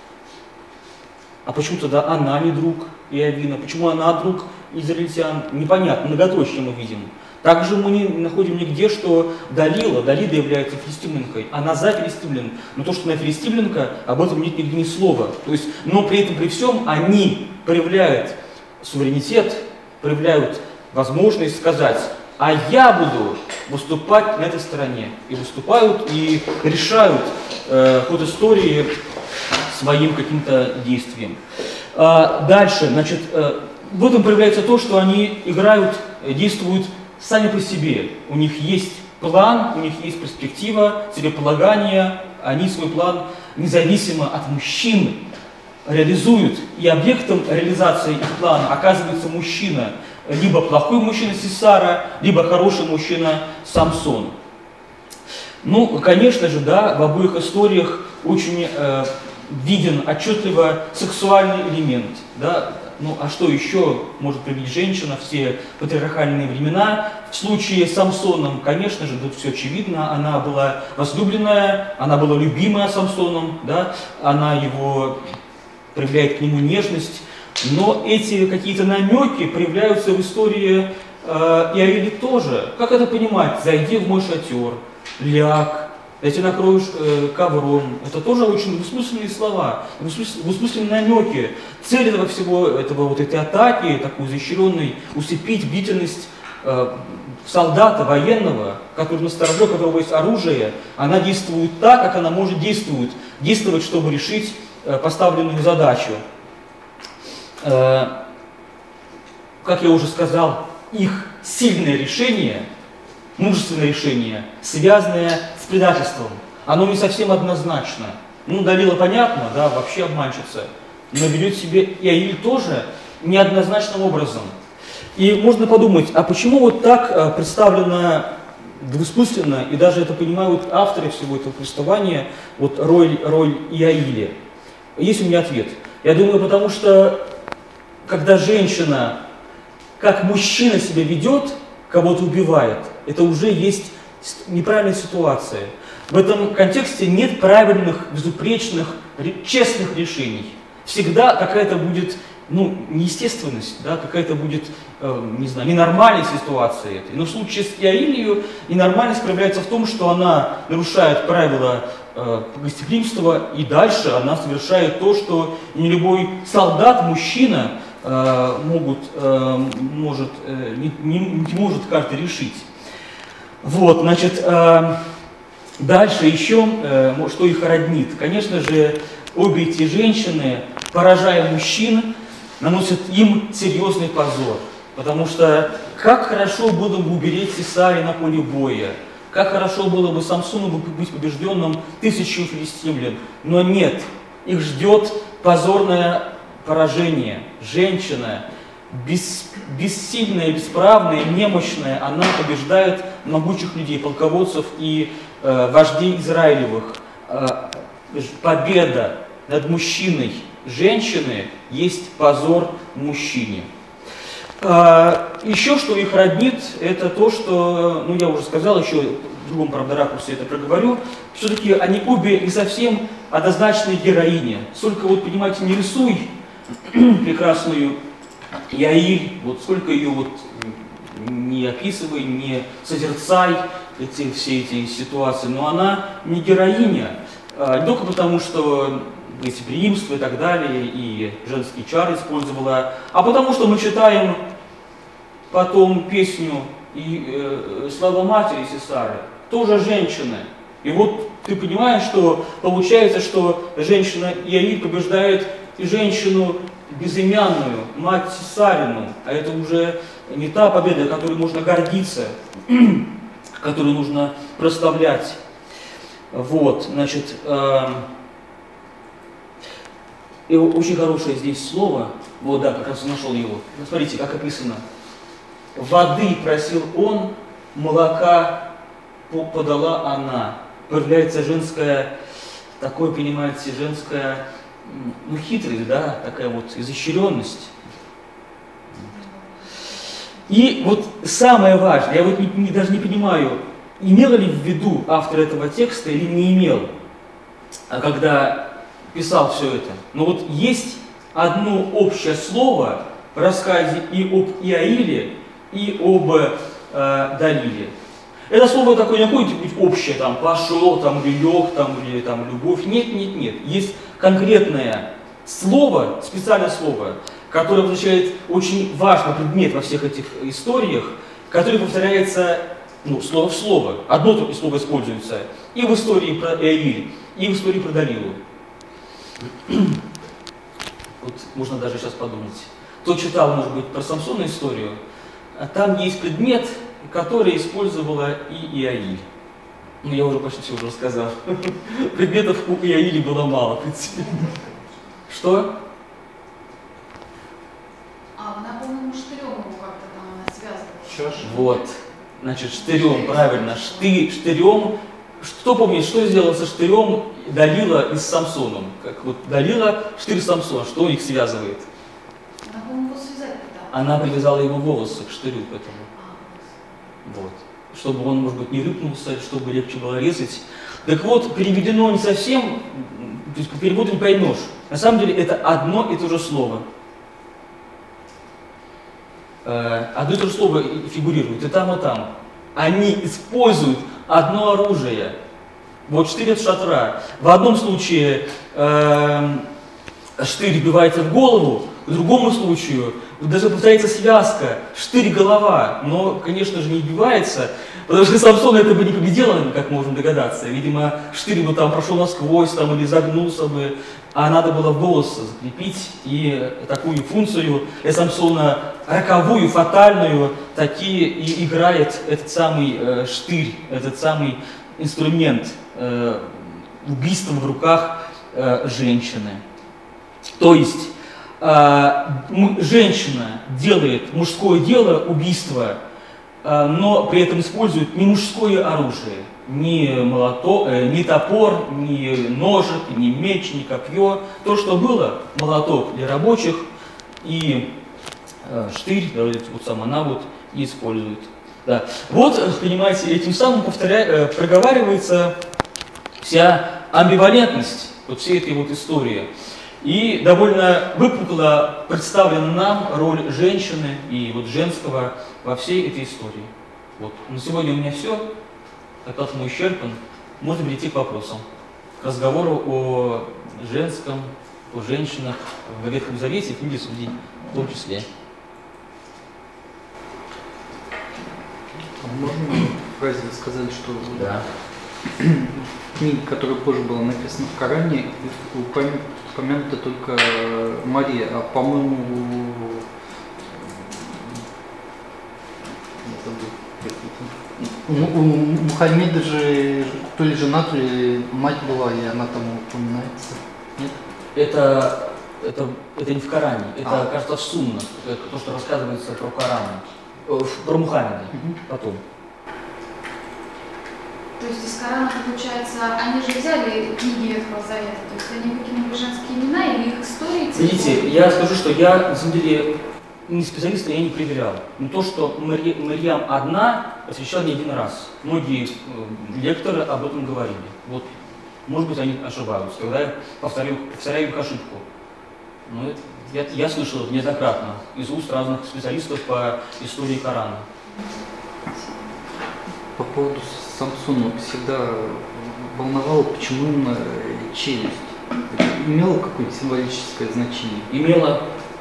B: а почему тогда она не друг Иовина, почему она друг израильтян, непонятно, многоточие мы видим. Также мы не находим нигде, что Далила, Далида является филистимлянкой, она за филистимлян, но то, что она филистимлянка, об этом нет нигде ни слова. То есть, но при этом, при всем, они проявляют суверенитет, проявляют возможность сказать: а я буду выступать на этой стороне. И выступают, и решают э, ход истории своим каким-то действием. А дальше, значит, э, в этом проявляется то, что они играют, действуют сами по себе. У них есть план, у них есть перспектива, целеполагание, они свой план независимо от мужчин реализуют. И объектом реализации их плана оказывается мужчина. Либо плохой мужчина Сисара, либо хороший мужчина Самсон. Ну, конечно же, да, в обоих историях очень э, виден отчетливо сексуальный элемент. Да? Ну, а что еще может проявить женщина в все патриархальные времена? В случае с Самсоном, конечно же, тут все очевидно. Она была возлюбленная, она была любимая Самсоном, да? Она его проявляет к нему нежность. Но эти какие-то намеки проявляются в истории э, Иаили тоже. Как это понимать? Зайди в мой шатер, ляг, я тебя накрою э, ковром. Это тоже очень двусмысленные слова, двусмысленные намеки. Цель этого всего, этого, вот этой атаки, такой изощренной, усыпить бдительность э, солдата, военного, который на стороже, у которого есть оружие, она действует так, как она может действовать, действовать, чтобы решить э, поставленную задачу. Э, как я уже сказал, их сильное решение, мужественное решение, связанное с предательством, оно не совсем однозначно. Ну, Далила понятно, да, вообще обманщица, но ведет себя Иаиль тоже неоднозначным образом. И можно подумать, а почему вот так э, представлено двусмысленно, и даже это понимают авторы всего этого повествования, вот роль, роль Иаиля? Есть у меня ответ. Я думаю, потому что когда женщина, как мужчина себя ведет, кого-то убивает, это уже есть неправильная ситуация. В этом контексте нет правильных, безупречных, честных решений. Всегда какая-то будет, ну, неестественность, да, какая-то будет, э, не знаю, ненормальность ситуации этой. Но в случае с Иаилью ненормальность проявляется в том, что она нарушает правила э, гостеприимства, и дальше она совершает то, что не любой солдат, мужчина э, могут, э, может, э, не, не, не может каждый решить. Вот, значит, э, дальше еще, э, что их роднит. Конечно же, обе эти женщины, поражая мужчин, наносят им серьезный позор. Потому что как хорошо было бы уберечь Сисаре на поле боя, как хорошо было бы Самсону быть побежденным тысячу филистимлян. Но нет, их ждет позорное поражение. Женщина, бес, бессильная, бесправная, немощная, она побеждает могучих людей, полководцев и э, вождей Израилевых. Э, победа над мужчиной женщины есть позор мужчине. А, еще что их роднит, это то, что, ну я уже сказал, еще в другом, правда, ракурсе это проговорю, все-таки они обе не совсем однозначные героини. Сколько, вот понимаете, не рисуй прекрасную Иаиль, вот сколько ее вот не описывай, не созерцай эти, все эти ситуации, но она не героиня, а, не только потому, что гостеприимство и так далее, и женские чары использовала, а потому что мы читаем потом песню и э, «Слава матери Сисары», тоже женщины. И вот ты понимаешь, что получается, что женщина Иаиль побеждает и женщину безымянную, мать Сисарину, а это уже не та победа, которой можно гордиться, которую нужно прославлять. Вот, значит, э, и очень хорошее здесь слово, вот да, как раз нашел его. Смотрите, как описано. Воды просил он, молока подала она. Появляется женское, такое, понимаете, женское ну, хитрость, да, такая вот изощренность. И вот самое важное, я вот не, не, даже не понимаю, имел ли в виду автор этого текста или не имел, когда писал все это. Но вот есть одно общее слово в рассказе и об Иаиле, и об э, Далиле. Это слово такое не какое-нибудь общее, там, пошел, там, или лег, там, или там, любовь. Нет, нет, нет. Есть конкретное слово, специальное слово, которое обозначает очень важный предмет во всех этих историях, который повторяется, ну, слово в слово. Одно только слово используется и в истории про Иаиль, и в истории про Далилу. Вот можно даже сейчас подумать. Кто читал, может быть, про Самсона историю, там есть предмет, который использовала и Иаиль. Ну, я уже почти все уже рассказал. Предметов у Иаили было мало, в принципе. Что?
E: А, она, по-моему, штырем его как-то там она связывала.
D: Чаша.
B: Вот. Значит, штырем, правильно. Шты, штырем. Кто помнит, что сделала со штырем Далила и с Самсоном? Как вот Далила, штырь Самсона, что их связывает?
E: Она, по-моему, его связать пыталась.
B: Она привязала его волосы к штырю к этому.
E: А,
B: Вот. Чтобы он, может быть, не рыпнулся, чтобы легче было резать. Так вот, переведено не совсем, то есть по переводу не поймешь. На самом деле это одно и то же слово. Одно и то же слово фигурирует и там, и там. Они используют одно оружие. Вот штырь от шатра. В одном случае э, штырь вбивается в голову, в другом случае даже повторяется связка, штырь голова, но, конечно же, не вбивается, потому что Самсон это бы не победил, как можем догадаться. Видимо, штырь бы там прошел насквозь там, или загнулся бы, а надо было в волосы закрепить, и такую функцию для Самсона, роковую, фатальную, такие и играет этот самый э, штырь, этот самый инструмент э, убийства в руках э, женщины. То есть э, женщина делает мужское дело, убийство, э, но при этом использует не мужское оружие, ни, молоток, э, ни топор, ни ножик, ни меч, ни копье. То, что было, молоток для рабочих и э, штырь, да, вот сам она вот и использует. Да. Вот, понимаете, этим самым повторя... э, проговаривается вся амбивалентность вот всей этой вот истории. И довольно выпукло представлена нам роль женщины и вот женского во всей этой истории. Вот. На сегодня у меня все. Доклад мой исчерпан. Можно перейти к вопросам. К разговору о женском, о женщинах в Ветхом Завете, в книге Судей в том числе.
D: Можно фразе сказать, что
B: Да.
D: книга, которая позже была написана в Коране, упомянута только Мария, а по-моему
F: У Мухаммеда же то ли жена, то ли мать была, и она там упоминается. Нет?
B: Это, это, это не в Коране, это,
F: А.
B: кажется, в Суннах, это то, что рассказывается про Коран, э, про Мухаммеда,
F: Мгм.
B: потом.
E: То есть из Корана, получается, они же взяли книги Ветхого Завета, то есть они выкинули женские имена или их истории?
B: Видите, я скажу, что я, на самом деле, не специалист, я не проверял. Но то, что Мари, Марьям одна, освещал не один раз. Многие э, лекторы об этом говорили. Вот, может быть, они ошибаются, когда я повторяю, повторяю их ошибку. Но это, я, я слышал это неоднократно из уст разных специалистов по истории Корана.
D: по поводу Самсона всегда волновало, почему именно челюсть. Это имело какое-то символическое значение?
B: Имело,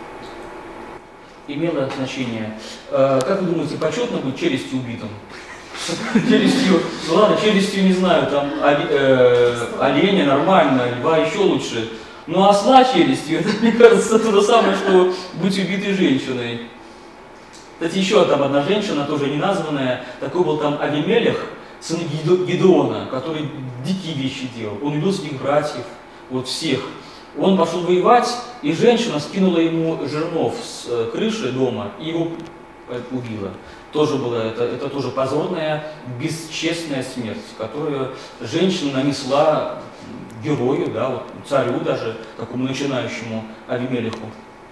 B: имело значение. Э, как вы думаете, почетно быть челюстью убитым? Челюстью, ну ладно, челюстью не знаю, там оле- э, оленя нормально, льва еще лучше. Но осла челюстью, это, мне кажется, то же самое, что быть убитой женщиной. Кстати, еще там одна женщина, тоже не названная, такой был там Авимелех, сын Гидо- Гидеона, который дикие вещи делал. Он убил своих братьев, вот всех. Он пошел воевать, и женщина скинула ему жернов с э, крыши дома и его э, убила. Тоже была, это, это тоже позорная, бесчестная смерть, которую женщина нанесла герою, да, вот, царю даже, такому начинающему Авимелеху.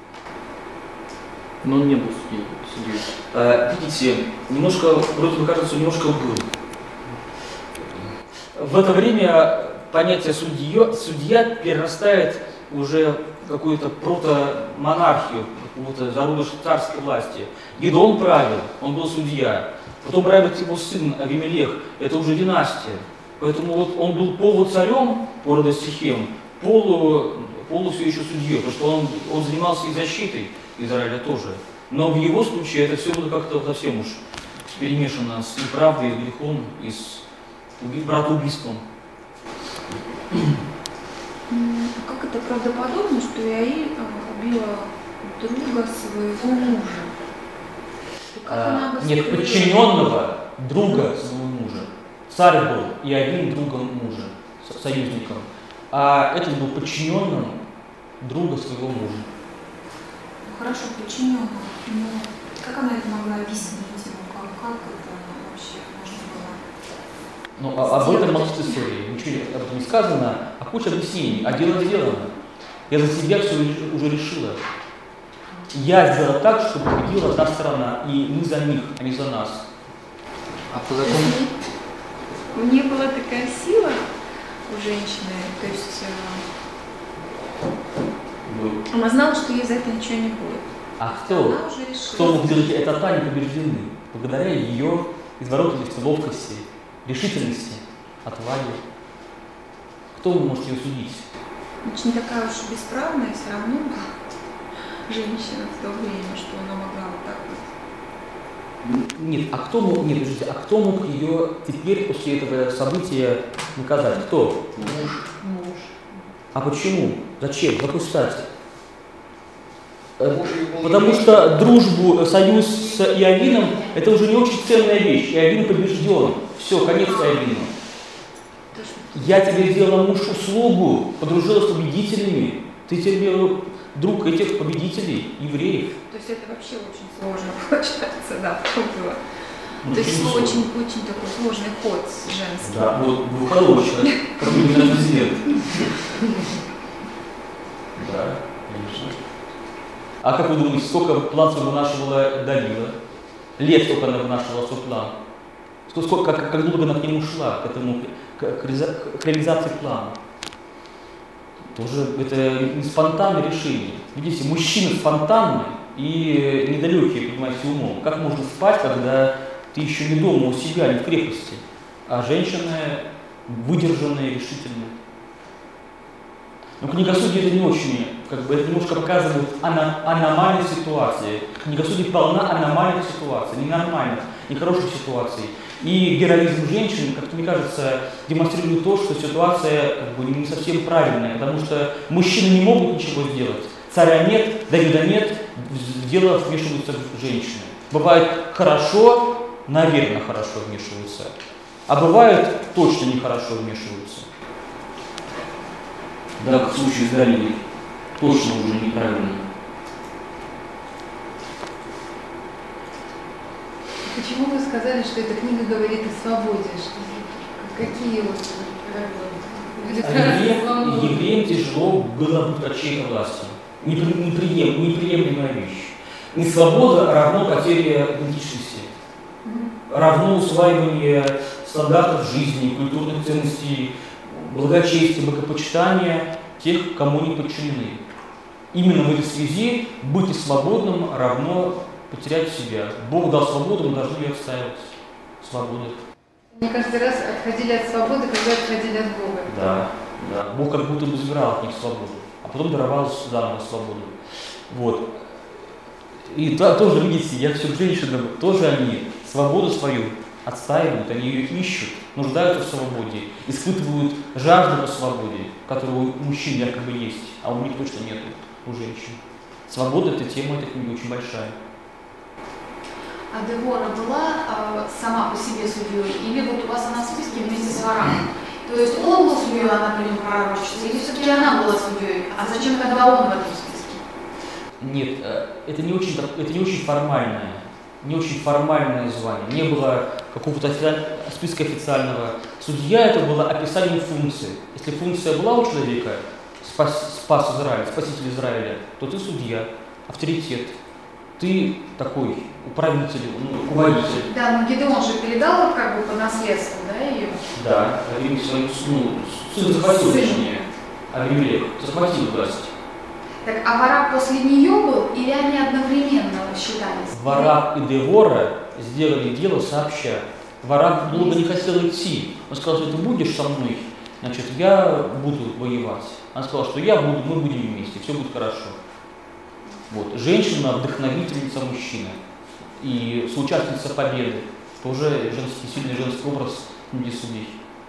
D: Но он не был судьей. судьей.
B: Э, видите, немножко, вроде бы кажется, немножко был. В это время понятие судья, судья перерастает уже в какую-то протомонархию, какую-то зародыш царской власти. Гедеон правил, он был судья. Потом правит его сын Авимелех, это уже династия. Поэтому вот он был полуцарем города Сихем, полу, полу все еще судьей, потому что он, он занимался и защитой Израиля тоже. Но в его случае это все было как-то совсем уж перемешано с неправдой, с грехом и с братоубийством.
G: Как это правдоподобно, что Иаиль убила друга своего мужа?
B: А, нет, подчиненного друга своего мужа. Царь был Иавин другом мужа, союзником. А этот был подчиненным друга своего мужа.
G: Ну, хорошо, подчиненного. Но как она это могла объяснить ему? Как, как это вообще можно было?
B: Ну, а, об этом молчит история. Ничего об этом не сказано, а куча объяснений. А дело сделано. Я за себя все уже решила. Я сделала так, чтобы победила одна сторона, и мы за них, а не за нас.
D: А по закону...
G: У нее была такая сила у женщины, то есть э, она знала, что ей за это ничего не будет.
B: А кто?
G: Она уже решила.
B: Кто мог сделать это, та не побеждены, благодаря ее изворотливости, ловкости, решительности, отваге. Кто вы можете ее судить?
G: Очень такая уж бесправная все равно была женщина в то время, что она могла вот так вот.
B: Нет, а кто мог, нет, подождите, а кто мог ее теперь после этого события наказать? Кто?
G: Муж. Муж.
B: А почему? Зачем? В какой стати? Потому что дружбу, союз с Иавином – это уже не очень ценная вещь. Иавин побежден. Все, конец Иавину. Я тебе сделала, муж, услугу, подружилась с победителями. Ты тебе друг этих победителей, евреев.
G: То есть это вообще очень сложно получается, да, в том было.
B: Ну,
G: То есть
B: сложно.
G: очень, очень такой сложный ход женский.
B: Да, вот двухходовый человек, как именно президент. Да, конечно. А как вы думаете, сколько план свой вынашивала Далила? Лет сколько она вынашивала свой план? Сколько, как, как долго она к нему шла, к этому, к, к, к реализации плана? Тоже это не спонтанное решение. Видите, мужчины спонтанные и недалекие, понимаете, умом. Как можно спать, когда ты еще не дома у себя, не в крепости, а женщины выдержанные, решительные? Но книгосудие это не очень, как бы это немножко показывает ана- аномальной ситуации. Книгосудие полна аномальных ситуаций, ненормальных, нехороших ситуаций. И героизм женщин, как мне кажется, демонстрирует то, что ситуация как бы не совсем правильная, потому что мужчины не могут ничего сделать. Царя нет, Давида нет, в дело вмешиваются женщины. Бывает хорошо, наверное, хорошо вмешиваются, а бывает точно нехорошо вмешиваются. Да, как в случае с Далилой, точно уже неправильно.
H: Почему вы сказали, что эта книга говорит о свободе? Что, какие вот
B: Евреям, евреям тяжело было быть под чьей-то властью. Непри, неприем, неприемлемая вещь. Несвобода равно потере идентичности, равно усваивание стандартов жизни, культурных ценностей, благочестия, богопочитания тех, кому не подчинены. Именно в этой связи быть свободным равно потерять себя. Бог дал свободу, мы должны ее отстаивать. Свободу.
H: Мне каждый раз отходили от свободы, когда отходили от Бога.
B: Да, да. Бог как будто бы забирал от них свободу, а потом даровал заново свободу. Вот. И то, тоже, видите, я все к женщинам, тоже они свободу свою отстаивают, они ее ищут, нуждаются в свободе, испытывают жажду по свободе, которая у мужчин якобы есть, а у них точно нет, у женщин. Свобода – это тема этой книги очень большая.
E: А Девора была э, сама по себе судьей, или вот у вас она в списке вместе с Вараном? То есть он был судьей, она приняла пророчество, или все-таки она была судьей? А зачем тогда он в этом списке?
B: Нет, это не очень, это не очень формальное не очень формальное звание, не было какого-то списка официального. Судья это было описанием функции. Если функция была у человека, спас, спас Израиль, спаситель Израиля, то ты судья, авторитет. Ты такой управитель, ну, руководитель.
E: Да, но Гидеон же передал их как бы по наследству, да, ее?
B: Да, ну, сын захватил, точнее, Авимелех, захватил власть.
E: Так, а Барак после нее был или они одновременно считались?
B: Барак и Девора сделали дело сообща. Барак долго не хотел идти. Он сказал, что ты будешь со мной, значит, я буду воевать. Она сказала, что я буду, мы будем вместе, все будет хорошо. Вот. Женщина, вдохновительница мужчины и соучастница победы. Тоже женский, сильный женский образ книги судей.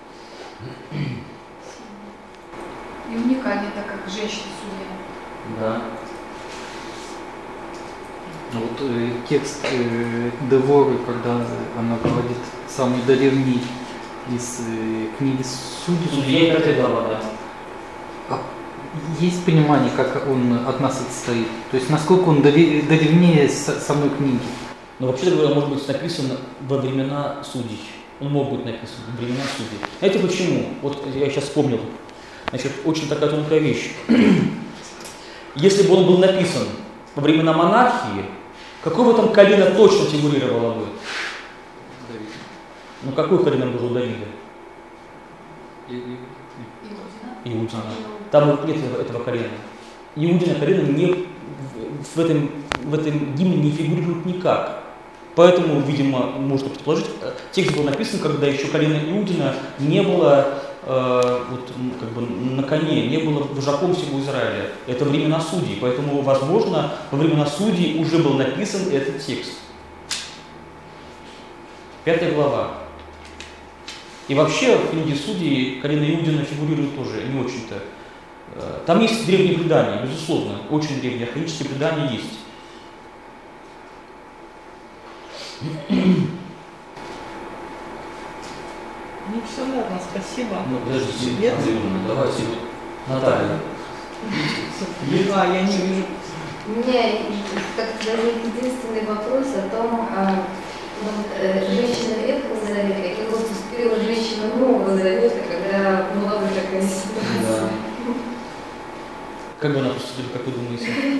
E: И уникальный, так как женщина-судья.
B: Да.
D: Ну, вот э, текст э, Деворы, когда она говорит самый древний из э, книги Судей.
B: Судья пятая глава, да.
D: А есть понимание, как он от нас отстоит? То есть насколько он древнее самой книги?
B: Но вообще говоря, может быть написан во времена судей. Он мог быть написан во времена судей. Знаете почему? Вот я сейчас вспомнил. Значит, очень такая тонкая вещь. Если бы он был написан во времена монархии, какое бы там колено точно фигурировало бы?
D: Давид.
B: Ну какое колено было у Давида?
E: Иудина.
B: Иудина. Там нет этого, этого колена. Иудина колено не, в, этом, в этом гимне не фигурирует никак. Поэтому, видимо, можно предположить, текст был написан, когда еще колено Иудина не было э, вот, как бы на коне, не было вожаком всего Израиля. Это времена судей, поэтому, возможно, во времена судей уже был написан этот текст. Пятая глава. И вообще в книге Судей колено Иудина фигурирует тоже не очень-то. Там есть древние предания, безусловно, очень древние архаические предания есть.
C: Ну все, ладно, спасибо.
B: Ну, подождите,
C: Нет?
B: давайте. Наталья.
C: А, я не вижу.
I: У меня как даже единственный вопрос о том, а, вот, э, женщина Ветхого Завета и вот период женщина Нового Завета, когда была бы такая ситуация.
B: Да. Как бы она поступила, как вы думаете?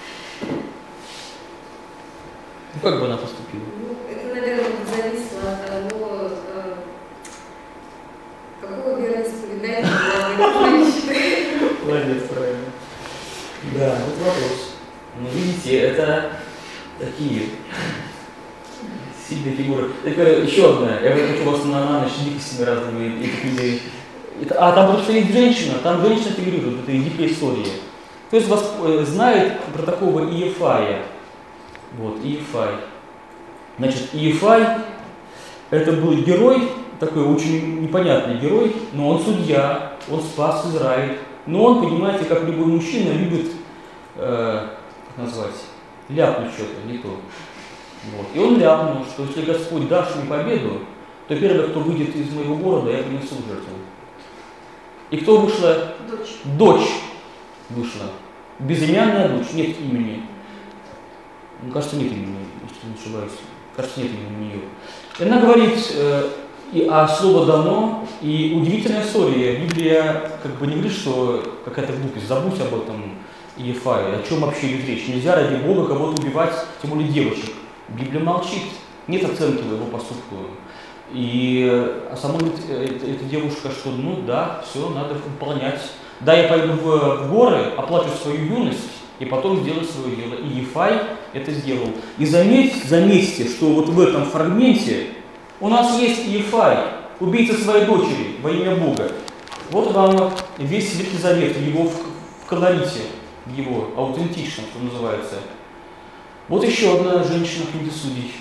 B: Ну, как бы она поступила?
I: Ну, это, наверное, зависело от того, э, какого вероисповедания была женщина.
B: Молодец, правильно. Да, вот вопрос. Ну, видите, это такие сильные фигуры. Это еще одна. Я хочу вас на, на ночь дикостями разными этими. Это, а там просто есть женщина, там женщина фигурирует в этой дикой истории. Кто из вас э, знает про такого Иефая? Вот, Иефай. Значит, Иефай это был герой, такой очень непонятный герой, но он судья, он спас Израиль. Но он, понимаете, как любой мужчина, любит, э, как назвать, ляпнуть что-то, не то. Вот. И он ляпнул, что если Господь даст мне победу, то первый, кто выйдет из моего города, я принесу в жертву. И кто вышла?
E: Дочь.
B: Дочь вышла. Безымянная дочь, нет имени. Ну, кажется, нет имени, если не ошибаюсь. Кажется, нет имени у нее. И она говорит, э, и, а слово дано, и удивительная история. Библия как бы не говорит, что какая-то глупость, забудь об этом Иефае, о чем вообще идет речь. Нельзя ради Бога кого-то убивать, тем более девочек. Библия молчит, нет оценки его поступку. И а сама говорит, эта, эта девушка, что ну да, все, надо выполнять. Да, я пойду в, в горы, оплачу свою юность, и потом сделаю свое дело. И Иефай это сделал. И заметь, заметьте, что вот в этом фрагменте у нас есть Иефай, убийца своей дочери во имя Бога. Вот вам весь Ветхий Завет, его в, в колорите, его аутентичном, что называется. Вот еще одна женщина в книге Судей.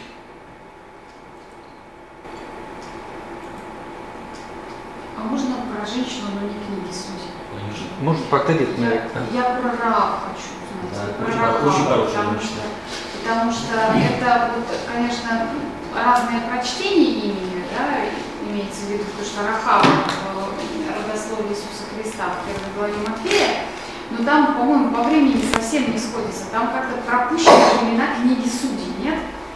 E: А можно про женщину, но не книги Судей?
D: Может, портрет
E: Я, я про Раав хочу узнать.
B: Да,
E: про
B: очень,
E: Раав,
B: очень хорошая
E: потому
B: женщина.
E: что, потому что это, вот, конечно, разное прочтение имени, да, имеется в виду, потому что Рахав в родословии Иисуса Христа в первой главе Матфея, но там, по-моему, по времени совсем не сходится. Там как-то пропущены имена книги Судей, нет?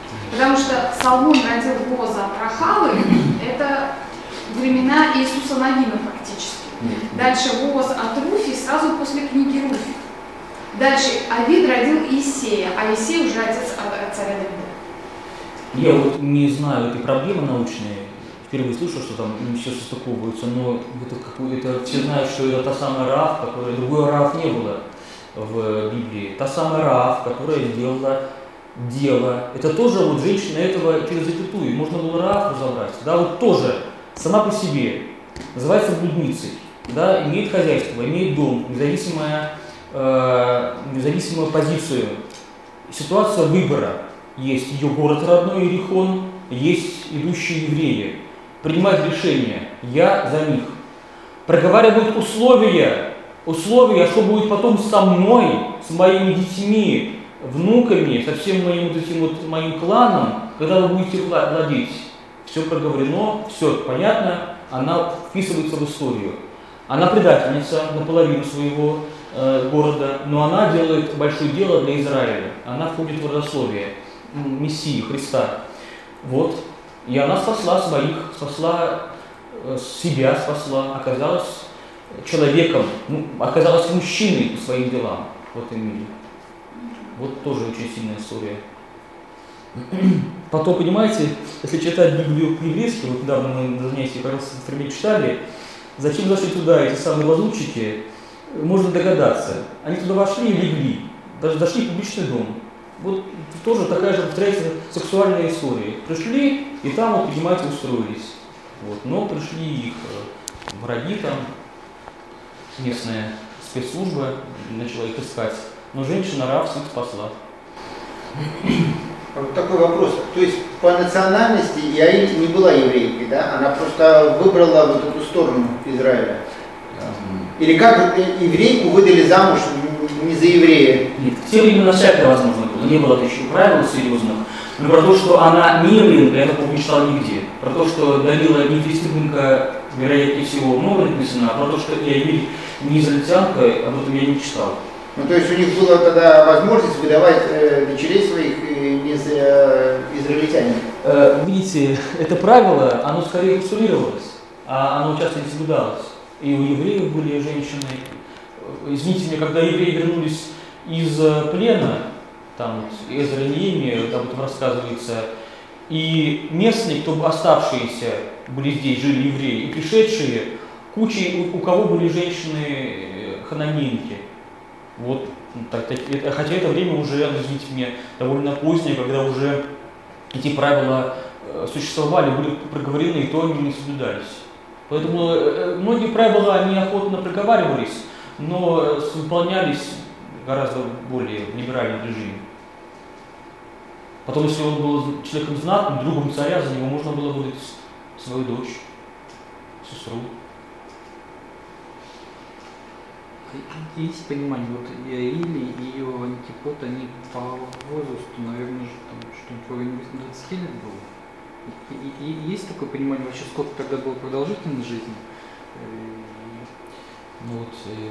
E: Потому что Соломон родил Боза от Рахавы, это времена Иисуса Навина практически. Дальше Боз от Руфи сразу после книги Руфи. Дальше Авид родил Иисея, а Иисей уже отец царя Давида.
B: Я вот не знаю этой проблемы научной, впервые слышу, что там все состыковываются, но это, это, все знают, что это та самая Раав, которая, другой Раав не было в Библии. Та самая Раав, которая сделала дело. Это тоже вот женщина этого через запятую. Можно было Раав разобрать. Да, вот тоже сама по себе называется блудницей. Да, имеет хозяйство, имеет дом, независимая, э, независимую позицию. Ситуация выбора. Есть ее город родной Иерихон, есть идущие евреи. Принимать решение. Я за них. Проговаривают условия. Условия, что будет потом со мной, с моими детьми, внуками, со всем моим вот этим вот моим кланом, когда вы будете владеть. Все проговорено, все понятно, она вписывается в историю. Она предательница наполовину своего э, города, но она делает большое дело для Израиля. Она входит в родословие Мессии, Христа. Вот. И она спасла своих, спасла э, себя, спасла, оказалась человеком, ну, оказалась мужчиной по своим делам в этом мире. Вот тоже очень сильная история. Потом, понимаете, если читать Библию по-еврейски, вот недавно мы на занятии как раз в Ферме читали, зачем зашли туда эти самые лазутчики, можно догадаться. Они туда вошли и легли, даже зашли в публичный дом. Вот тоже такая же, повторяется, сексуальная история. Пришли и там, вот, понимаете, устроились. Вот. Но пришли их враги там, местная спецслужба начала их искать. Но женщина Раав их спасла.
J: Вот такой вопрос. То есть по национальности Яиль не была еврейкой, да? Она просто выбрала вот эту сторону Израиля. Или как еврейку выдали замуж не за еврея?
B: Нет, в те времена всякое возможно было. Не было еще правил серьезных. Но про то, что она не еврейка, я такого не читал нигде. Про то, что Далила не филистимлянка, вероятнее всего, много написано, а про то, что Яиль не израильтянка, об этом я не читал.
J: Ну, то есть у них была тогда возможность выдавать э, дочерей своих э, без э, израильтянин?
B: Э, видите, это правило, оно скорее постулировалось, а оно часто не соблюдалось. И у евреев были женщины. Извините меня, когда евреи вернулись из плена, там вот, Эзра и Неемия, об этом рассказывается, и местные, кто оставшиеся были здесь, жили евреи, и пришедшие, куча, у, у кого были женщины хананейки. Вот, так, так, это, хотя это время уже, извините меня, довольно позднее, когда уже эти правила э, существовали, были проговорены, и то они не соблюдались. Поэтому э, многие правила, они охотно проговаривались, но э, выполнялись гораздо более в либеральном режиме. Потом, если он был человеком знатным, другом царя, за него можно было выдать свою дочь, сестру.
D: Есть понимание, вот Яиль и ее антипод, они по возрасту, наверное, же там что-нибудь в районе двадцати лет было. И, и, и есть такое понимание вообще, сколько тогда было продолжительность жизни?
B: Ну вот, э,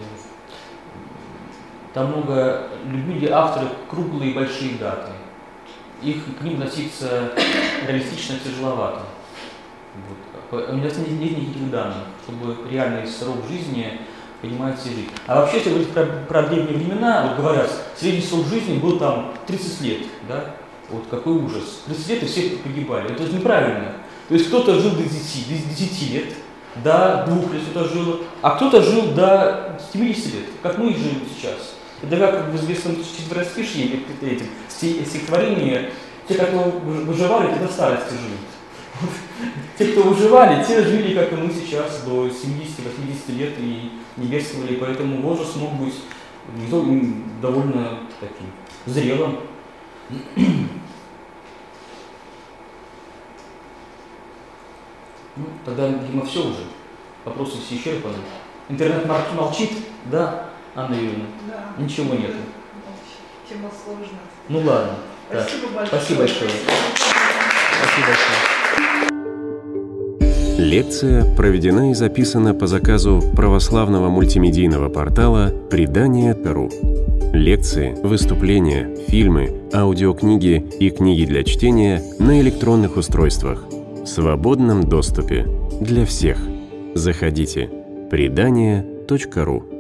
B: там много любили авторы круглые и большие даты. Их к ним относиться реалистично тяжеловато. Вот. У меня нет никаких данных, чтобы реальный срок жизни понимаете жить. А вообще, если говорить про, про древние времена, вот говорят, средний срок жизни был там тридцать лет, да? Вот какой ужас. тридцать лет и все погибали. Это же неправильно. То есть кто-то жил до десяти, до десяти лет, до двух лет кто-то жил, а кто-то жил до семидесяти лет, как мы живем сейчас. Это как в известном четверостишье, этим стихотворении, те, кто выживали, те до старости жили. Те, кто выживали, те жили, как и мы сейчас, до семидесяти-восьмидесяти лет и не бедствовали, поэтому возраст мог быть довольно таким зрелым. Ну, тогда, видимо, все уже. Вопросы все исчерпаны. Интернет молчит, да, Анна Юрьевна? Да. Ничего нет.
C: Тема сложная.
B: Ну ладно.
C: Спасибо
B: да.
C: большое.
B: Спасибо большое. Спасибо большое.
K: Лекция проведена и записана по заказу православного мультимедийного портала предания точка ру. Лекции, выступления, фильмы, аудиокниги и книги для чтения на электронных устройствах в свободном доступе для всех. Заходите предания точка ру.